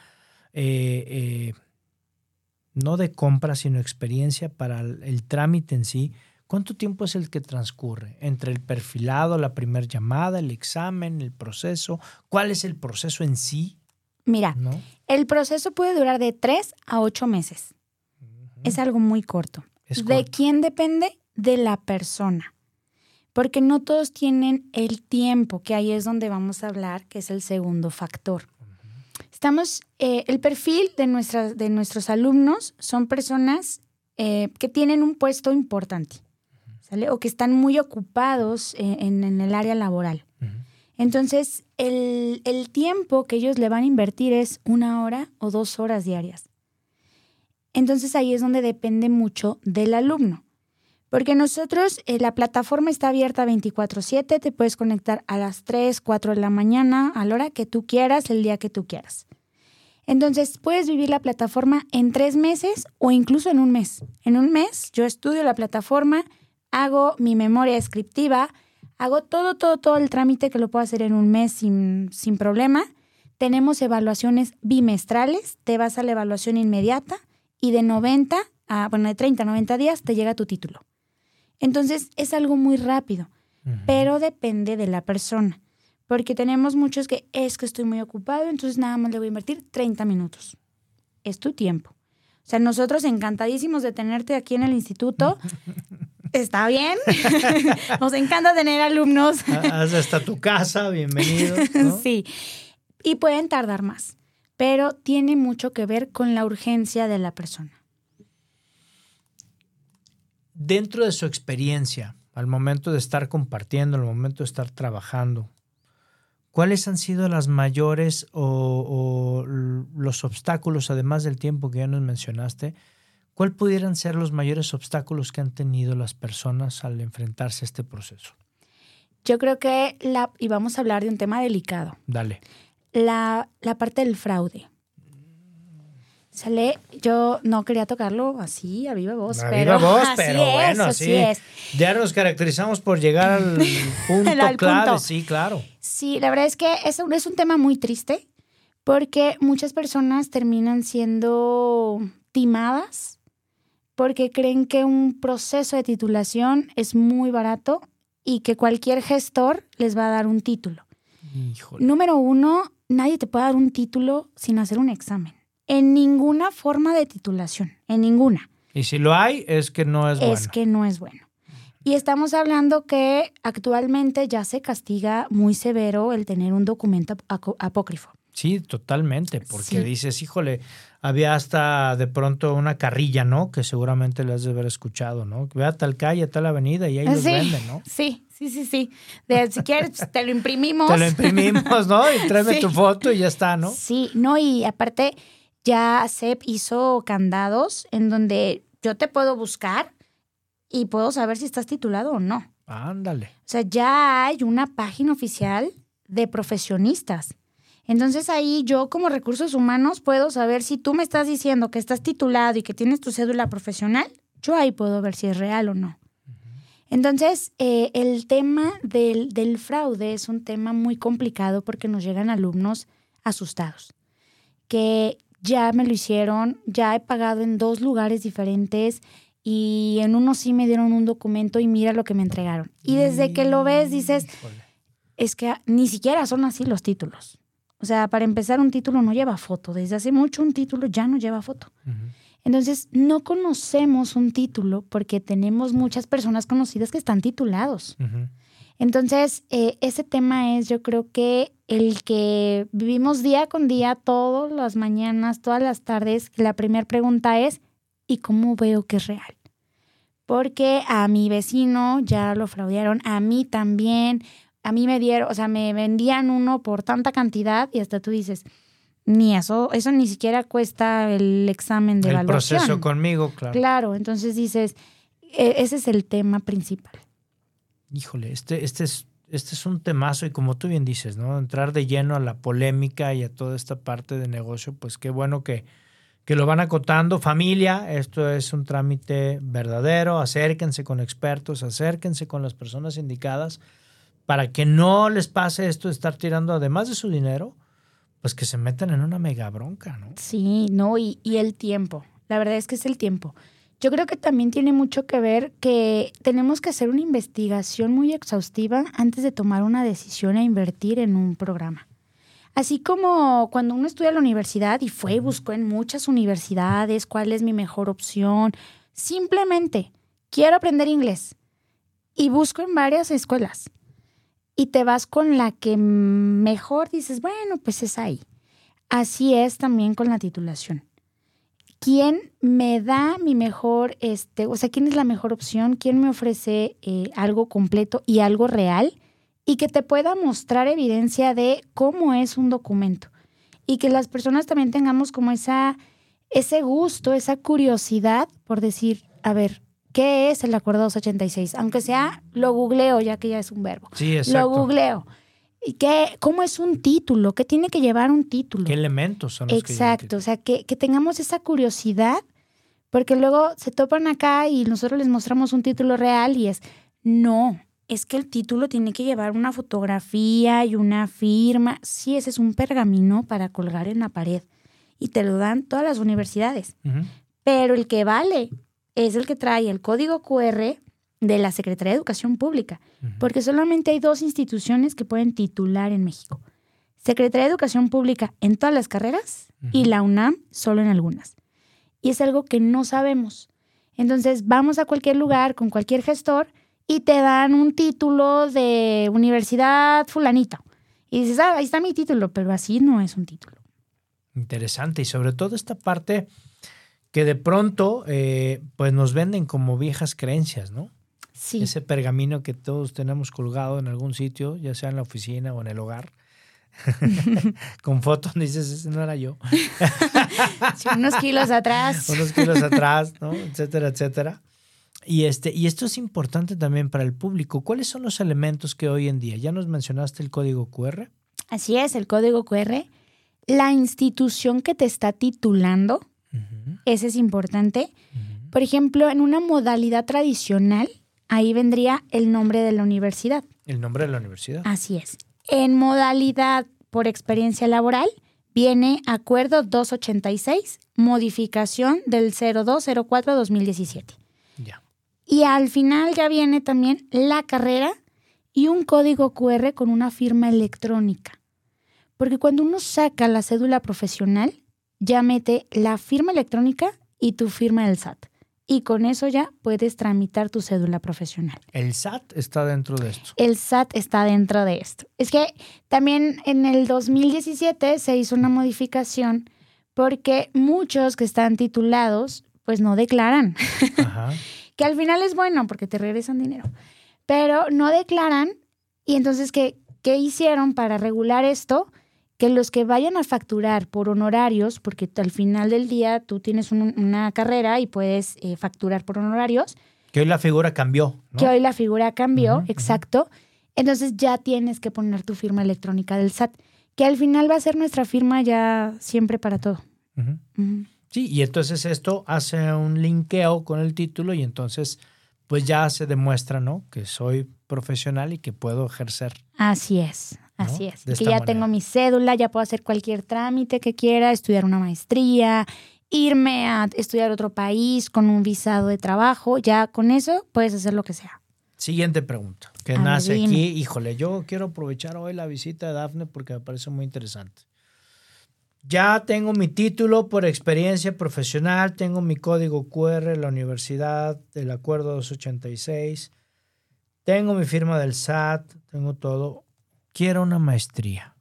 no de compra, sino experiencia para el trámite en sí? ¿Cuánto tiempo es el que transcurre entre el perfilado, la primera llamada, el examen, el proceso? ¿Cuál es el proceso en sí? Mira, ¿No? el proceso puede durar de 3 a 8 meses. Es algo muy corto. Es ¿De corto. quién depende? De la persona. Porque no todos tienen el tiempo, que ahí es donde vamos a hablar, que es el segundo factor. El perfil de nuestros alumnos son personas que tienen un puesto importante, ¿sale? O que están muy ocupados en el área laboral. Entonces, el tiempo que ellos le van a invertir es 1 hora o 2 horas diarias. Entonces, ahí es donde depende mucho del alumno. Porque nosotros, la plataforma está abierta 24/7, te puedes conectar a las 3, 4 de la mañana, a la hora que tú quieras, el día que tú quieras. Entonces, puedes vivir la plataforma en 3 meses o incluso en 1 mes. En 1 mes, yo estudio la plataforma, hago mi memoria descriptiva, hago todo el trámite que lo puedo hacer en 1 mes sin problema. Tenemos evaluaciones bimestrales, te vas a la evaluación inmediata y de 30 a 90 días te llega tu título. Entonces, es algo muy rápido, pero depende de la persona. Porque tenemos muchos que es que estoy muy ocupado, entonces nada más le voy a invertir 30 minutos. Es tu tiempo. O sea, nosotros encantadísimos de tenerte aquí en el instituto, Está bien. Nos encanta tener alumnos. Haz hasta tu casa, bienvenido, ¿no? Sí. Y pueden tardar más, pero tiene mucho que ver con la urgencia de la persona. Dentro de su experiencia, al momento de estar compartiendo, al momento de estar trabajando, ¿cuáles han sido las mayores o los obstáculos, además del tiempo que ya nos mencionaste? ¿Cuál pudieran ser los mayores obstáculos que han tenido las personas al enfrentarse a este proceso? Yo creo que y vamos a hablar de un tema delicado. Dale. La parte del fraude. Yo no quería tocarlo así, a viva voz. Pero bueno, sí. Ya nos caracterizamos por llegar al punto clave. Punto. Sí, claro. Sí, la verdad es que es un tema muy triste porque muchas personas terminan siendo timadas porque creen que un proceso de titulación es muy barato y que cualquier gestor les va a dar un título. Híjole. Número 1, nadie te puede dar un título sin hacer un examen. En ninguna forma de titulación, en ninguna. Y si lo hay, es que no es bueno. Es que no es bueno. Y estamos hablando que actualmente ya se castiga muy severo el tener un documento apócrifo. Sí, totalmente, porque Sí. dices, híjole, había hasta de pronto una carrilla, ¿no? Que seguramente le has de haber escuchado, ¿no? Ve a tal calle, a tal avenida y ahí los venden, ¿no? Sí. Si quieres, te lo imprimimos. Te lo imprimimos, ¿no? Y tráeme Sí. tu foto y ya está, ¿no? Sí, no, y aparte ya CEP hizo candados en donde yo te puedo buscar y puedo saber si estás titulado o no. Ándale. O sea, ya hay una página oficial de profesionistas. Entonces ahí yo como recursos humanos puedo saber si tú me estás diciendo que estás titulado y que tienes tu cédula profesional, yo ahí puedo ver si es real o no. Entonces, el tema del fraude es un tema muy complicado porque nos llegan alumnos asustados, que ya me lo hicieron, ya he pagado en 2 lugares diferentes y en uno sí me dieron un documento y mira lo que me entregaron. Y desde que lo ves dices, es que ni siquiera son así los títulos. O sea, para empezar, un título no lleva foto. Desde hace mucho un título ya no lleva foto. Uh-huh. Entonces, no conocemos un título porque tenemos muchas personas conocidas que están titulados. Uh-huh. Entonces, ese tema es, yo creo que el que vivimos día con día, todas las mañanas, todas las tardes, la primera pregunta es, ¿y cómo veo que es real? Porque a mi vecino ya lo fraudearon, a mí también, a mí me dieron, o sea, me vendían uno por tanta cantidad y hasta tú dices, ni eso ni siquiera cuesta el examen de evaluación. El proceso conmigo, claro. Claro, entonces dices, ese es el tema principal. Híjole, este es un temazo y como tú bien dices, ¿no? Entrar de lleno a la polémica y a toda esta parte de negocio, pues qué bueno que lo van acotando. Familia, esto es un trámite verdadero, acérquense con expertos, acérquense con las personas indicadas para que no les pase esto de estar tirando, además de su dinero, pues que se metan en una mega bronca, ¿no? Sí, no, y el tiempo. La verdad es que es el tiempo. Yo creo que también tiene mucho que ver que tenemos que hacer una investigación muy exhaustiva antes de tomar una decisión e invertir en un programa. Así como cuando uno estudia en la universidad y fue y buscó en muchas universidades cuál es mi mejor opción, simplemente quiero aprender inglés y busco en varias escuelas. Y te vas con la que mejor dices, bueno, pues es ahí. Así es también con la titulación. ¿Quién me da mi mejor, quién es la mejor opción? ¿Quién me ofrece algo completo y algo real? Y que te pueda mostrar evidencia de cómo es un documento. Y que las personas también tengamos como ese gusto, esa curiosidad por decir, a ver, ¿qué es el Acuerdo 286? Aunque sea, lo googleo, ya que ya es un verbo. Sí, exacto. Lo googleo. ¿Y cómo es un título? ¿Qué tiene que llevar un título? ¿Qué elementos son los que llevan? Exacto. O sea, que tengamos esa curiosidad, porque luego se topan acá y nosotros les mostramos un título real y es que el título tiene que llevar una fotografía y una firma. Sí, ese es un pergamino para colgar en la pared y te lo dan todas las universidades. Uh-huh. Pero el que vale es el que trae el código QR de la Secretaría de Educación Pública, uh-huh. Porque solamente hay 2 instituciones que pueden titular en México. Secretaría de Educación Pública en todas las carreras uh-huh. Y la UNAM solo en algunas. Y es algo que no sabemos. Entonces vamos a cualquier lugar con cualquier gestor y te dan un título de universidad fulanito. Y dices, ahí está mi título, pero así no es un título. Interesante. Y sobre todo esta parte que de pronto pues nos venden como viejas creencias, ¿no? Sí. Ese pergamino que todos tenemos colgado en algún sitio, ya sea en la oficina o en el hogar, con fotos, dices, ese no era yo. Sí, unos kilos atrás. Unos kilos atrás, ¿no? Etcétera, etcétera. Y esto es importante también para el público. ¿Cuáles son los elementos que hoy en día? Ya nos mencionaste el código QR. Así es, el código QR. La institución que te está titulando, ese es importante. Por ejemplo, en una modalidad tradicional, ahí vendría el nombre de la universidad. El nombre de la universidad. Así es. En modalidad por experiencia laboral, viene Acuerdo 286, modificación del 0204-2017. Ya. Y al final ya viene también la carrera y un código QR con una firma electrónica. Porque cuando uno saca la cédula profesional, ya mete la firma electrónica y tu firma del SAT. Y con eso ya puedes tramitar tu cédula profesional. El SAT está dentro de esto. El SAT está dentro de esto. Es que también en el 2017 se hizo una modificación porque muchos que están titulados pues no declaran. Ajá. Que al final es bueno porque te regresan dinero. Pero no declaran y entonces ¿qué hicieron para regular esto? Que los que vayan a facturar por honorarios, porque al final del día tú tienes una carrera y puedes facturar por honorarios. Que hoy la figura cambió, ¿no? Que hoy la figura cambió, exacto. Entonces ya tienes que poner tu firma electrónica del SAT, que al final va a ser nuestra firma ya siempre para todo. Sí, y entonces esto hace un linkeo con el título y entonces pues ya se demuestra, ¿no? Que soy profesional y que puedo ejercer. Así es. ¿No? Así es. De Que esta ya manera. tengo mi cédula, ya puedo hacer cualquier trámite que quiera, estudiar una maestría, irme a estudiar a otro país con un visado de trabajo. Ya con eso puedes hacer lo que sea. Siguiente pregunta, que A ver, nace dime. aquí. Híjole, yo quiero aprovechar hoy la visita de Dafne porque me parece muy interesante. Ya tengo mi título por experiencia profesional, tengo mi código QR de la universidad, del Acuerdo 286, tengo mi firma del SAT, tengo todo. Quiero una maestría.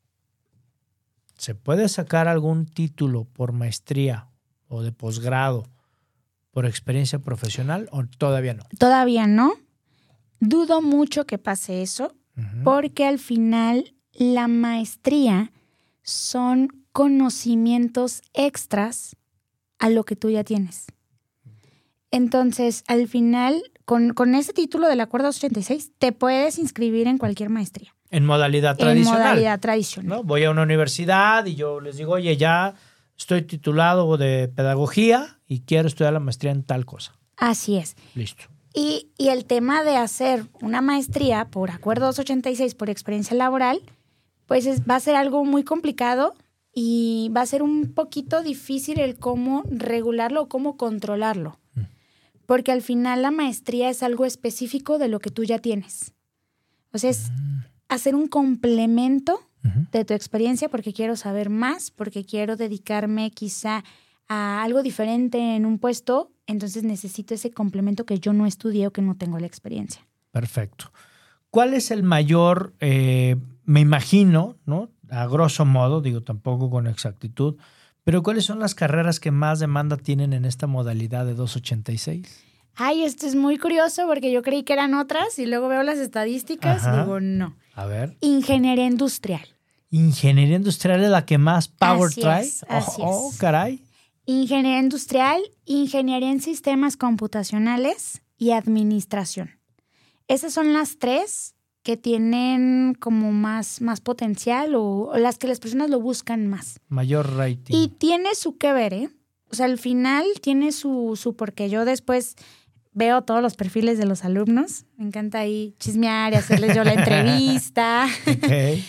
¿Se puede sacar algún título por maestría o de posgrado por experiencia profesional o todavía no? Todavía no. Dudo mucho que pase eso, porque al final la maestría son conocimientos extras a lo que tú ya tienes. Entonces, al final, con ese título del Acuerdo 86, te puedes inscribir en cualquier maestría. En modalidad tradicional. En modalidad tradicional. ¿No? Voy a una universidad y yo les digo, oye, ya estoy titulado de pedagogía y quiero estudiar la maestría en tal cosa. Así es. Listo. Y el tema de hacer una maestría por Acuerdo 286 por experiencia laboral, pues va a ser algo muy complicado y va a ser un poquito difícil el cómo regularlo o cómo controlarlo. Porque al final la maestría es algo específico de lo que tú ya tienes. O sea, es hacer un complemento de tu experiencia porque quiero saber más, porque quiero dedicarme quizá a algo diferente en un puesto, entonces necesito ese complemento que yo no estudié o que no tengo la experiencia. Perfecto. ¿Cuál es el mayor, me imagino, ¿no? A grosso modo, digo tampoco con exactitud, pero cuáles son las carreras que más demanda tienen en esta modalidad de 286? Ay, esto es muy curioso porque yo creí que eran otras y luego veo las estadísticas y digo no. A ver. Ingeniería industrial. Ingeniería industrial es la que más power Así trae. es, así Oh, es. caray. Ingeniería industrial, ingeniería en sistemas computacionales y administración. Esas son las tres que tienen como más potencial o las que las personas lo buscan más. Mayor rating. Y tiene su que ver, ¿eh? O sea, al final tiene su porque yo después veo todos los perfiles de los alumnos. Me encanta ahí chismear y hacerles yo la entrevista. Okay.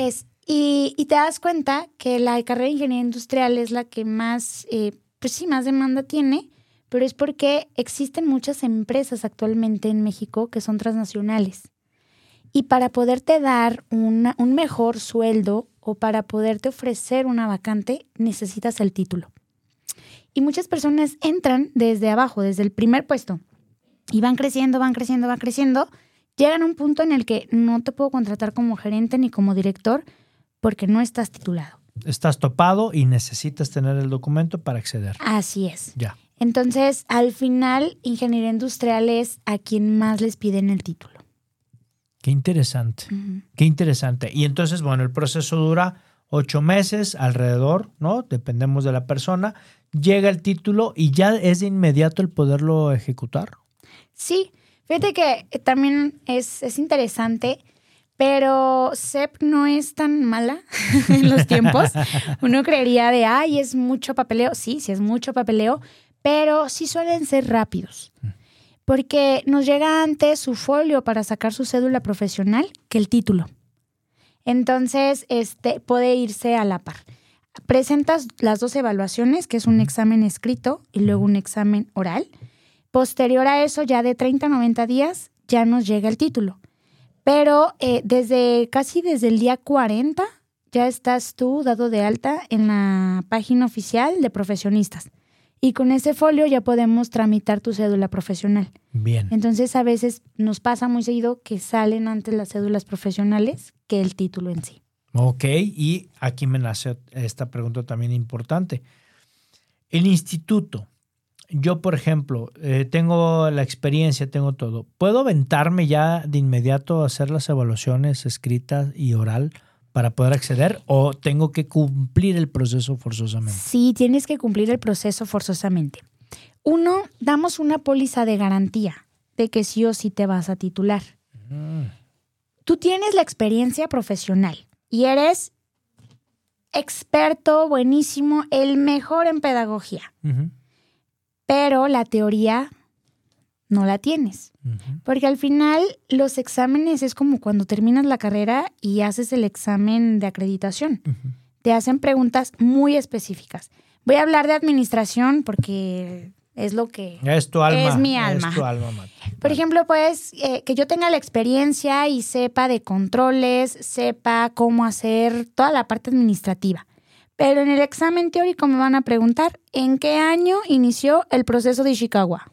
Y te das cuenta que la carrera de ingeniería industrial es la que más, pues sí, más demanda tiene, pero es porque existen muchas empresas actualmente en México que son transnacionales. Y para poderte dar un mejor sueldo o para poderte ofrecer una vacante, necesitas el título. Y muchas personas entran desde abajo, desde el primer puesto, y van creciendo, llegan a un punto en el que no te puedo contratar como gerente ni como director porque no estás titulado. Estás topado y necesitas tener el documento para acceder. Así es. Ya. Entonces, al final, ingeniería industrial es a quien más les piden el título. Qué interesante. Uh-huh. Qué interesante. Y entonces, bueno, el proceso dura 8 meses alrededor, ¿no? Dependemos de la persona. Llega el título y ya es de inmediato el poderlo ejecutar. Sí, fíjate que también es interesante, pero SEP no es tan mala en los tiempos. Uno creería de, ay, es mucho papeleo. Sí es mucho papeleo, pero sí suelen ser rápidos. Porque nos llega antes su folio para sacar su cédula profesional que el título. Entonces, puede irse a la par. Presentas las 2 evaluaciones, que es un examen escrito y luego un examen oral. Posterior a eso, ya de 30 a 90 días, ya nos llega el título. Pero casi desde el día 40 ya estás tú dado de alta en la página oficial de profesionistas. Y con ese folio ya podemos tramitar tu cédula profesional. Bien. Entonces, a veces nos pasa muy seguido que salen antes las cédulas profesionales que el título en sí. Ok, y aquí me nace esta pregunta también importante. El instituto, yo por ejemplo, tengo la experiencia, tengo todo. ¿Puedo aventarme ya de inmediato a hacer las evaluaciones escritas y oral para poder acceder o tengo que cumplir el proceso forzosamente? Sí, tienes que cumplir el proceso forzosamente. 1, damos una póliza de garantía de que sí o sí te vas a titular. Tú tienes la experiencia profesional y eres experto, buenísimo, el mejor en pedagogía. Uh-huh. Pero la teoría no la tienes. Uh-huh. Porque al final los exámenes es como cuando terminas la carrera y haces el examen de acreditación. Uh-huh. Te hacen preguntas muy específicas. Voy a hablar de administración porque es lo que es tu alma. Es mi alma. Es tu alma, Mati. Por ejemplo, pues que yo tenga la experiencia y sepa de controles, sepa cómo hacer toda la parte administrativa. Pero en el examen teórico me van a preguntar ¿en qué año inició el proceso de Ishikawa?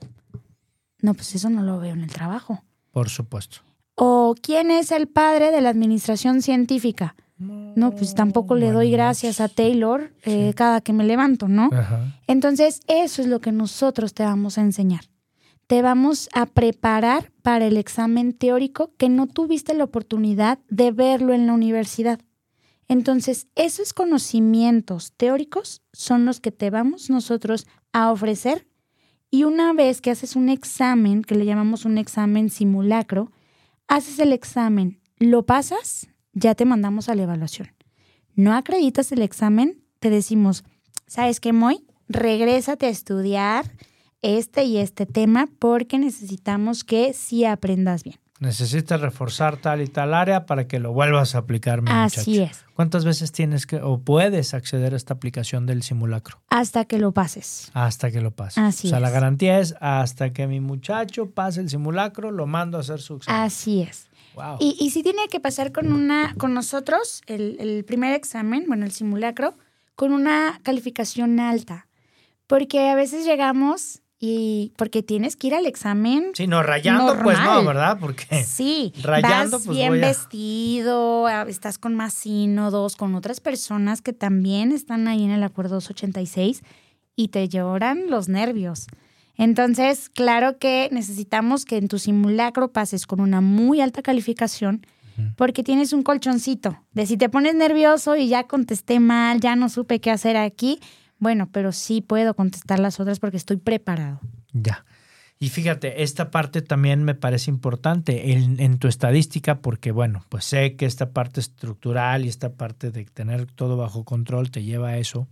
No, pues eso no lo veo en el trabajo. Por supuesto. ¿O quién es el padre de la administración científica? No, pues tampoco le doy gracias a Taylor cada que me levanto, ¿no? Ajá. Entonces, eso es lo que nosotros te vamos a enseñar. Te vamos a preparar para el examen teórico que no tuviste la oportunidad de verlo en la universidad. Entonces, esos conocimientos teóricos son los que te vamos nosotros a ofrecer. Y una vez que haces un examen, que le llamamos un examen simulacro, haces el examen, lo pasas, ya te mandamos a la evaluación. No acreditas el examen, te decimos, ¿sabes qué, Moy? Regrésate a estudiar este y este tema porque necesitamos que sí aprendas bien. Necesitas reforzar tal y tal área para que lo vuelvas a aplicar, mi muchacho. Así es. ¿Cuántas veces tienes que o puedes acceder a esta aplicación del simulacro? Hasta que lo pases. Hasta que lo pases. Así o sea, es. La garantía es hasta que mi muchacho pase el simulacro, lo mando a hacer su examen. Así es. Wow. Y sí tiene que pasar con nosotros, el primer examen, bueno, el simulacro, con una calificación alta. Porque a veces llegamos y porque tienes que ir al examen. Sí, no, rayando, normal. pues no, ¿verdad? Porque sí, rayando, vas pues bien voy a... vestido, estás con más sínodos, con otras personas que también están ahí en el Acuerdo 286 y te lloran los nervios. Entonces, claro que necesitamos que en tu simulacro pases con una muy alta calificación porque tienes un colchoncito de si te pones nervioso y ya contesté mal, ya no supe qué hacer aquí, bueno, pero sí puedo contestar las otras porque estoy preparado. Ya. Y fíjate, esta parte también me parece importante en tu estadística porque, bueno, pues sé que esta parte estructural y esta parte de tener todo bajo control te lleva a eso.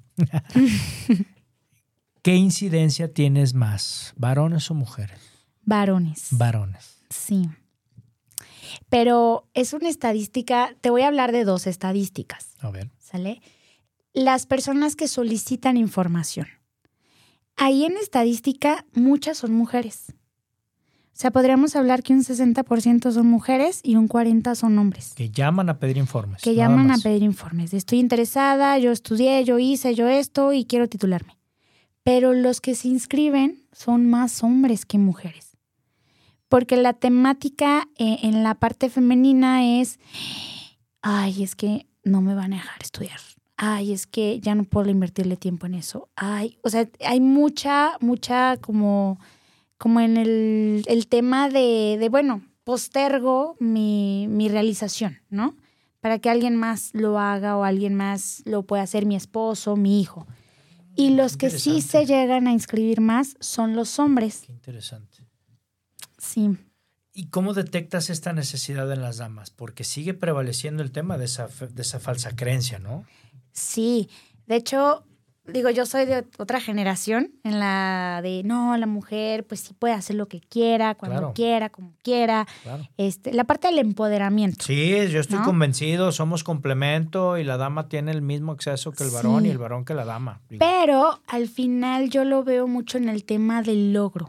¿Qué incidencia tienes más, varones o mujeres? Varones. Varones. Sí. Pero es una estadística, te voy a hablar de 2 estadísticas. A ver. ¿Sale? Las personas que solicitan información. Ahí en estadística, muchas son mujeres. O sea, podríamos hablar que un 60% son mujeres y un 40% son hombres. Que llaman a pedir informes. Que llaman a pedir informes. Estoy interesada, yo estudié, yo hice, yo esto y quiero titularme. pero los que se inscriben son más hombres que mujeres. Porque la temática en la parte femenina es, ay, es que no me van a dejar estudiar. Ay, es que ya no puedo invertirle tiempo en eso. Ay, o sea, hay mucha como en el tema de bueno, postergo mi realización, ¿no? Para que alguien más lo haga o alguien más lo pueda hacer, mi esposo, mi hijo. Y los que sí se llegan a inscribir más son los hombres. Qué interesante. Sí. ¿Y cómo detectas esta necesidad en las damas? Porque sigue prevaleciendo el tema de esa falsa creencia, ¿no? Sí. De hecho, digo, yo soy de otra generación en la de, no, la mujer pues sí puede hacer lo que quiera, cuando quiera, como quiera. Claro. La parte del empoderamiento. Sí, yo estoy convencido, somos complemento y la dama tiene el mismo acceso que el varón y el varón que la dama. Pero al final yo lo veo mucho en el tema del logro.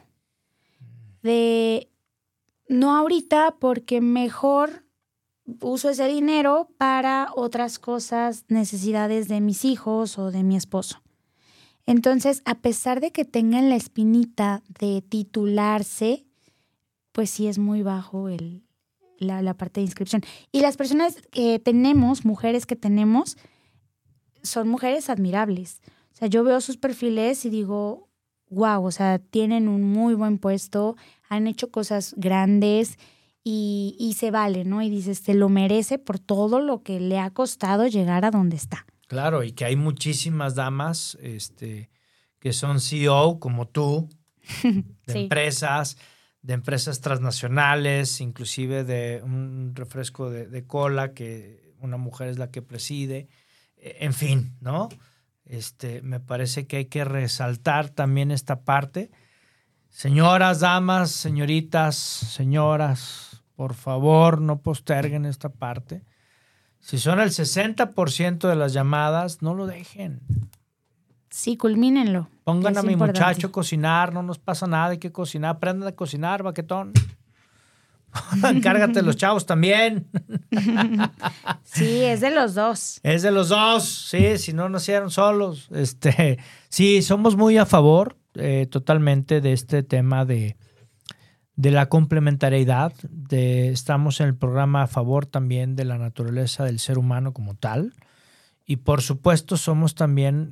No ahorita, porque mejor uso ese dinero para otras cosas, necesidades de mis hijos o de mi esposo. Entonces, a pesar de que tengan la espinita de titularse, pues sí es muy bajo la parte de inscripción. Y las personas que tenemos, mujeres que tenemos, son mujeres admirables. O sea, yo veo sus perfiles y digo, wow, o sea, tienen un muy buen puesto, han hecho cosas grandes y se vale, ¿no? Y dices, te lo merece por todo lo que le ha costado llegar a donde está. Claro, y que hay muchísimas damas que son CEO como tú, de empresas transnacionales, inclusive de un refresco de cola que una mujer es la que preside. En fin, ¿no? Me parece que hay que resaltar también esta parte. Señoras, damas, señoritas, señoras, por favor, no posterguen esta parte. Si son el 60% de las llamadas, no lo dejen. Sí, culmínenlo. Pongan a mi muchacho a cocinar, no nos pasa nada, hay que cocinar. Aprendan a cocinar, baquetón. Encárgate los chavos también. Sí, es de los dos. Es de los dos, sí, si no nacieron solos. Sí, somos muy a favor totalmente de este tema de la complementariedad. Estamos en el programa a favor también de la naturaleza del ser humano como tal. Y por supuesto somos también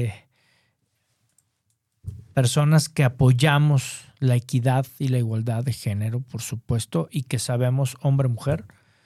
personas que apoyamos la equidad y la igualdad de género, por supuesto, y que sabemos, hombre-mujer,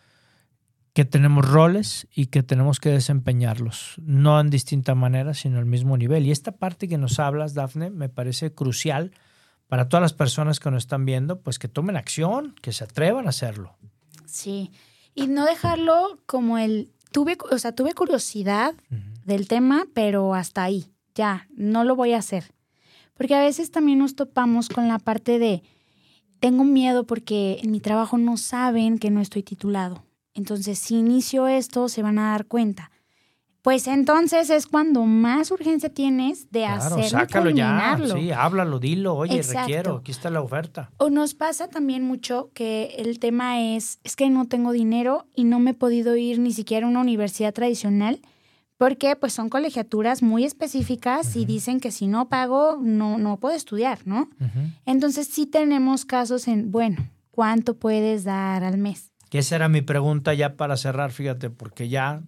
que tenemos roles y que tenemos que desempeñarlos, no en distinta manera, sino al mismo nivel. Y esta parte que nos hablas, Dafne, me parece crucial para todas las personas que nos están viendo, pues que tomen acción, que se atrevan a hacerlo. Sí, y no dejarlo como tuve curiosidad del tema, pero hasta ahí, ya, no lo voy a hacer. Porque a veces también nos topamos con la parte de, tengo miedo porque en mi trabajo no saben que no estoy titulado. Entonces, si inicio esto, se van a dar cuenta. Pues entonces es cuando más urgencia tienes de hacerlo, sácalo culminarlo. Ya, sí, háblalo, dilo, oye, Exacto. Requiero, aquí está la oferta. O nos pasa también mucho que el tema es que no tengo dinero y no me he podido ir ni siquiera a una universidad tradicional porque pues son colegiaturas muy específicas y dicen que si no pago no puedo estudiar, ¿no? Entonces sí tenemos casos ¿cuánto puedes dar al mes? Que esa era mi pregunta ya para cerrar, fíjate, porque ya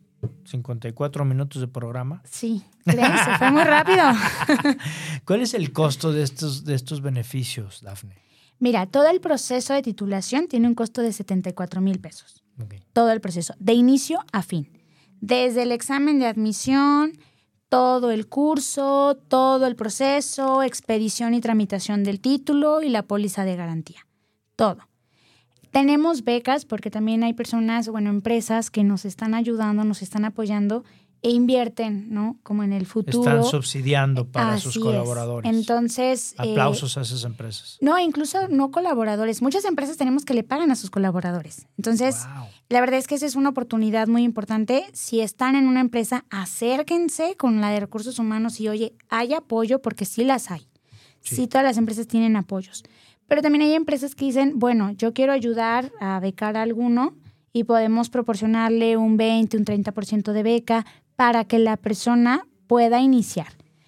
54 minutos de programa. Sí, se fue muy rápido. ¿Cuál es el costo de estos beneficios, Dafne? Mira, todo el proceso de titulación tiene un costo de 74,000 pesos. Okay. Todo el proceso, de inicio a fin. Desde el examen de admisión, todo el curso, todo el proceso, expedición y tramitación del título y la póliza de garantía. Todo. Tenemos becas porque también hay personas, empresas que nos están ayudando, nos están apoyando e invierten, ¿no? Como en el futuro. Están subsidiando para sus colaboradores. Entonces... aplausos a esas empresas. No, incluso no colaboradores. Muchas empresas tenemos que le pagan a sus colaboradores. Entonces, La verdad es que esa es una oportunidad muy importante. Si están en una empresa, acérquense con la de recursos humanos y, oye, hay apoyo porque sí las hay. Sí, todas las empresas tienen apoyos. Pero también hay empresas que dicen, yo quiero ayudar a becar a alguno y podemos proporcionarle un 20, un 30% de beca para que la persona pueda iniciar.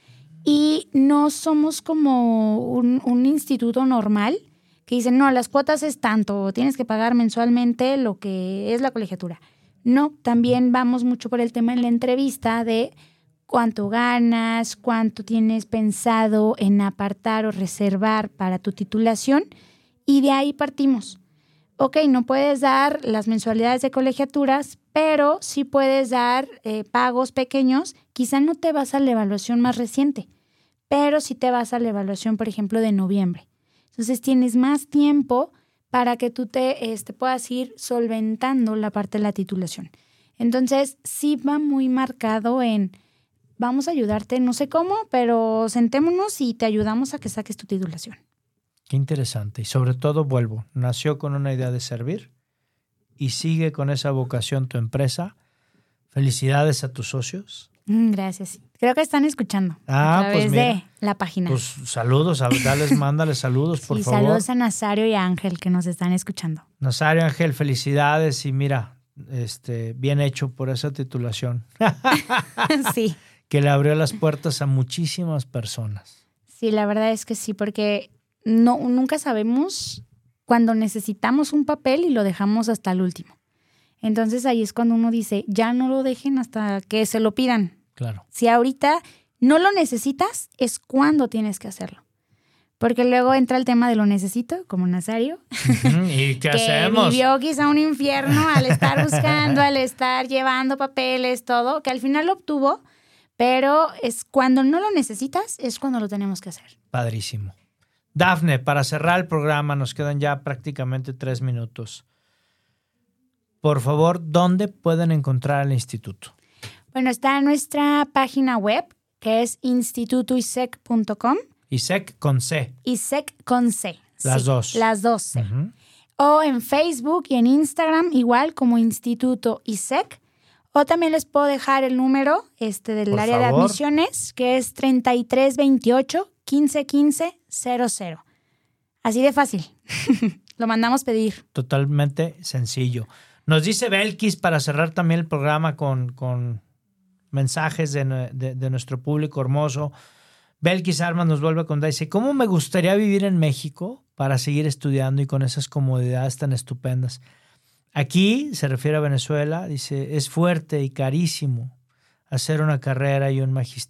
Y no somos como un instituto normal que dice, no, las cuotas es tanto, tienes que pagar mensualmente lo que es la colegiatura. No, también vamos mucho por el tema en la entrevista de cuánto ganas, cuánto tienes pensado en apartar o reservar para tu titulación, y de ahí partimos. Ok, no puedes dar las mensualidades de colegiaturas, pero sí puedes dar pagos pequeños. Quizá no te vas a la evaluación más reciente, pero sí te vas a la evaluación, por ejemplo, de noviembre. Entonces tienes más tiempo para que tú te puedas ir solventando la parte de la titulación. Entonces sí va muy marcado en vamos a ayudarte, no sé cómo, pero sentémonos y te ayudamos a que saques tu titulación. Qué interesante. Y sobre todo, vuelvo, nació con una idea de servir y sigue con esa vocación tu empresa. Felicidades a tus socios. Gracias. Creo que están escuchando a través pues mira, de la página. Pues saludos, mándales saludos, por favor. Saludos a Nazario y a Ángel que nos están escuchando. Nazario, Ángel, felicidades y mira, bien hecho por esa titulación. Sí. Que le abrió las puertas a muchísimas personas. Sí, la verdad es que sí, porque nunca sabemos cuando necesitamos un papel y lo dejamos hasta el último. Entonces ahí es cuando uno dice, ya no lo dejen hasta que se lo pidan. Claro. Si ahorita no lo necesitas, es cuando tienes que hacerlo. Porque luego entra el tema de lo necesito, como Nazario. ¿Y qué que hacemos? Vivió quizá un infierno al estar buscando, al estar llevando papeles, todo, que al final lo obtuvo, pero es cuando no lo necesitas, es cuando lo tenemos que hacer. Padrísimo. Dafne, para cerrar el programa, nos quedan ya prácticamente 3 minutos. Por favor, ¿dónde pueden encontrar el instituto? Bueno, está en nuestra página web, que es institutoisec.com. ISEC con C. ISEC con C. Las sí, dos. Las dos C. O en Facebook y en Instagram, igual como Instituto ISEC. O también les puedo dejar el número del Por área favor. de admisiones, que es 3328-1515-00. Así de fácil. Lo mandamos pedir. Totalmente sencillo. Nos dice Belkis, para cerrar también el programa con mensajes de nuestro público hermoso. Belkis Armas nos vuelve a contar, dice, ¿cómo me gustaría vivir en México para seguir estudiando y con esas comodidades tan estupendas? Aquí, se refiere a Venezuela, dice, es fuerte y carísimo hacer una carrera y un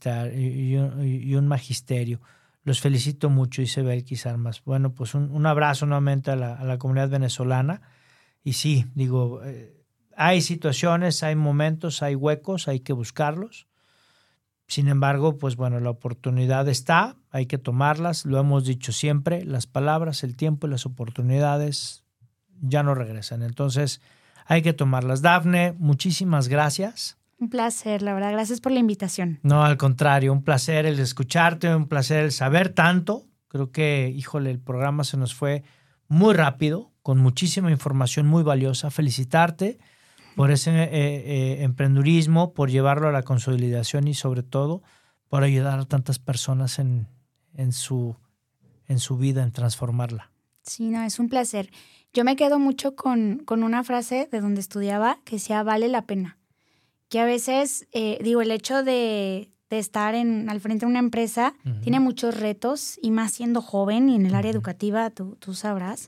magisterio. Los felicito mucho, dice Belkis Armas. Bueno, pues un abrazo nuevamente a la comunidad venezolana. Y sí, digo, hay situaciones, hay momentos, hay huecos, hay que buscarlos. Sin embargo, pues bueno, la oportunidad está, hay que tomarlas. Lo hemos dicho siempre, las palabras, el tiempo y las oportunidades ya no regresan. Entonces, hay que tomarlas. Dafne, muchísimas gracias. Un placer, la verdad. Gracias por la invitación. No, al contrario, un placer el escucharte, un placer el saber tanto. Creo que, híjole, el programa se nos fue muy rápido, con muchísima información muy valiosa. Felicitarte por ese emprendurismo, por llevarlo a la consolidación y sobre todo por ayudar a tantas personas en su vida, en transformarla. Sí, no, es un placer. Yo me quedo mucho con una frase de donde estudiaba que decía, vale la pena. Que a veces, el hecho de estar al frente de una empresa tiene muchos retos, y más siendo joven y en el área educativa, tú sabrás,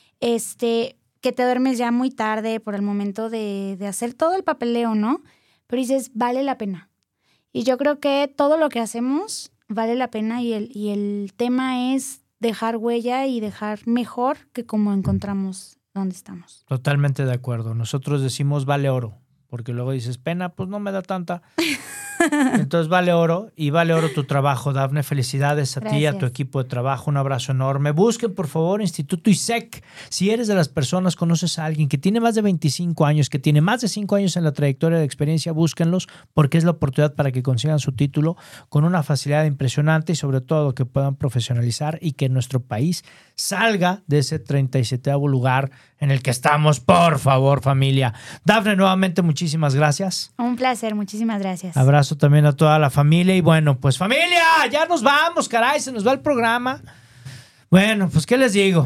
que te duermes ya muy tarde por el momento de hacer todo el papeleo, ¿no? Pero dices, vale la pena. Y yo creo que todo lo que hacemos vale la pena, y el tema es dejar huella y dejar mejor que como encontramos donde estamos. Totalmente de acuerdo. Nosotros decimos vale oro, porque luego dices, pena, pues no me da tanta. Entonces vale oro, y vale oro tu trabajo, Dafne. Felicidades a ti y a tu equipo de trabajo. Un abrazo enorme. Busquen, por favor, Instituto ISEC. Si eres de las personas, conoces a alguien que tiene más de 25 años, que tiene más de 5 años en la trayectoria de experiencia, búsquenlos, porque es la oportunidad para que consigan su título con una facilidad impresionante y sobre todo que puedan profesionalizar y que nuestro país salga de ese 37º lugar en el que estamos, por favor, familia. Dafne, nuevamente muchísimas gracias. Un placer, muchísimas gracias. Abrazo también a toda la familia. Y bueno, pues familia, ya nos vamos, caray, se nos va el programa. Bueno, pues ¿qué les digo?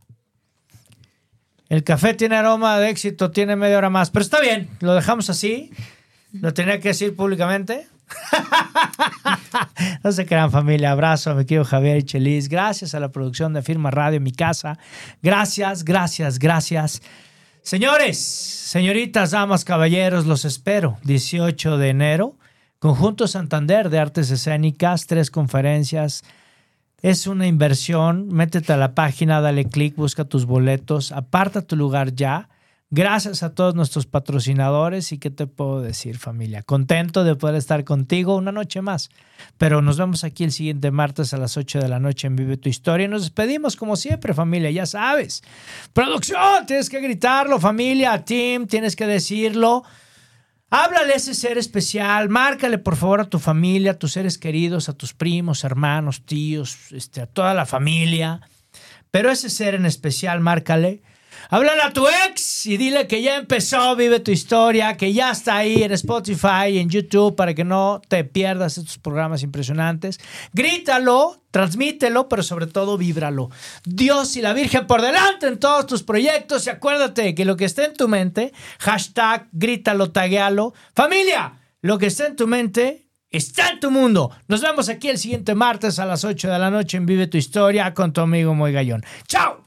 El café tiene aroma de éxito, tiene media hora más, pero está bien, lo dejamos así. Lo tenía que decir públicamente. No se crean, familia. Abrazo a mi querido Javier y Chelis. Gracias a la producción de Firma Radio, mi casa. Gracias. Señores, señoritas, damas, caballeros, los espero. 18 de enero, Conjunto Santander de Artes Escénicas, 3 conferencias. Es una inversión. Métete a la página, dale clic, busca tus boletos, aparta tu lugar ya. Gracias a todos nuestros patrocinadores y qué te puedo decir, familia. Contento de poder estar contigo una noche más. Pero nos vemos aquí el siguiente martes a las 8 de la noche en Vive tu Historia. Y nos despedimos como siempre, familia, ya sabes. Producción, tienes que gritarlo, familia. Team, tienes que decirlo. Háblale a ese ser especial. Márcale, por favor, a tu familia, a tus seres queridos, a tus primos, hermanos, tíos, a toda la familia. Pero ese ser en especial, márcale. Háblale a tu ex y dile que ya empezó Vive tu Historia, que ya está ahí en Spotify y en YouTube para que no te pierdas estos programas impresionantes. Grítalo, transmítelo, pero sobre todo víbralo. Dios y la Virgen por delante en todos tus proyectos y acuérdate que lo que esté en tu mente, hashtag, grítalo, taguealo. Familia, lo que está en tu mente está en tu mundo. Nos vemos aquí el siguiente martes a las 8 de la noche en Vive tu Historia con tu amigo Moy Gallón. ¡Chao!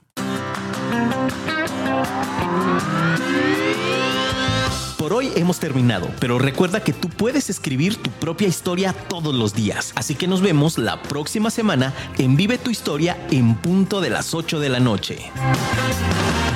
Por hoy hemos terminado, pero recuerda que tú puedes escribir tu propia historia todos los días. Así que nos vemos la próxima semana en Vive tu Historia en punto de las 8 de la noche.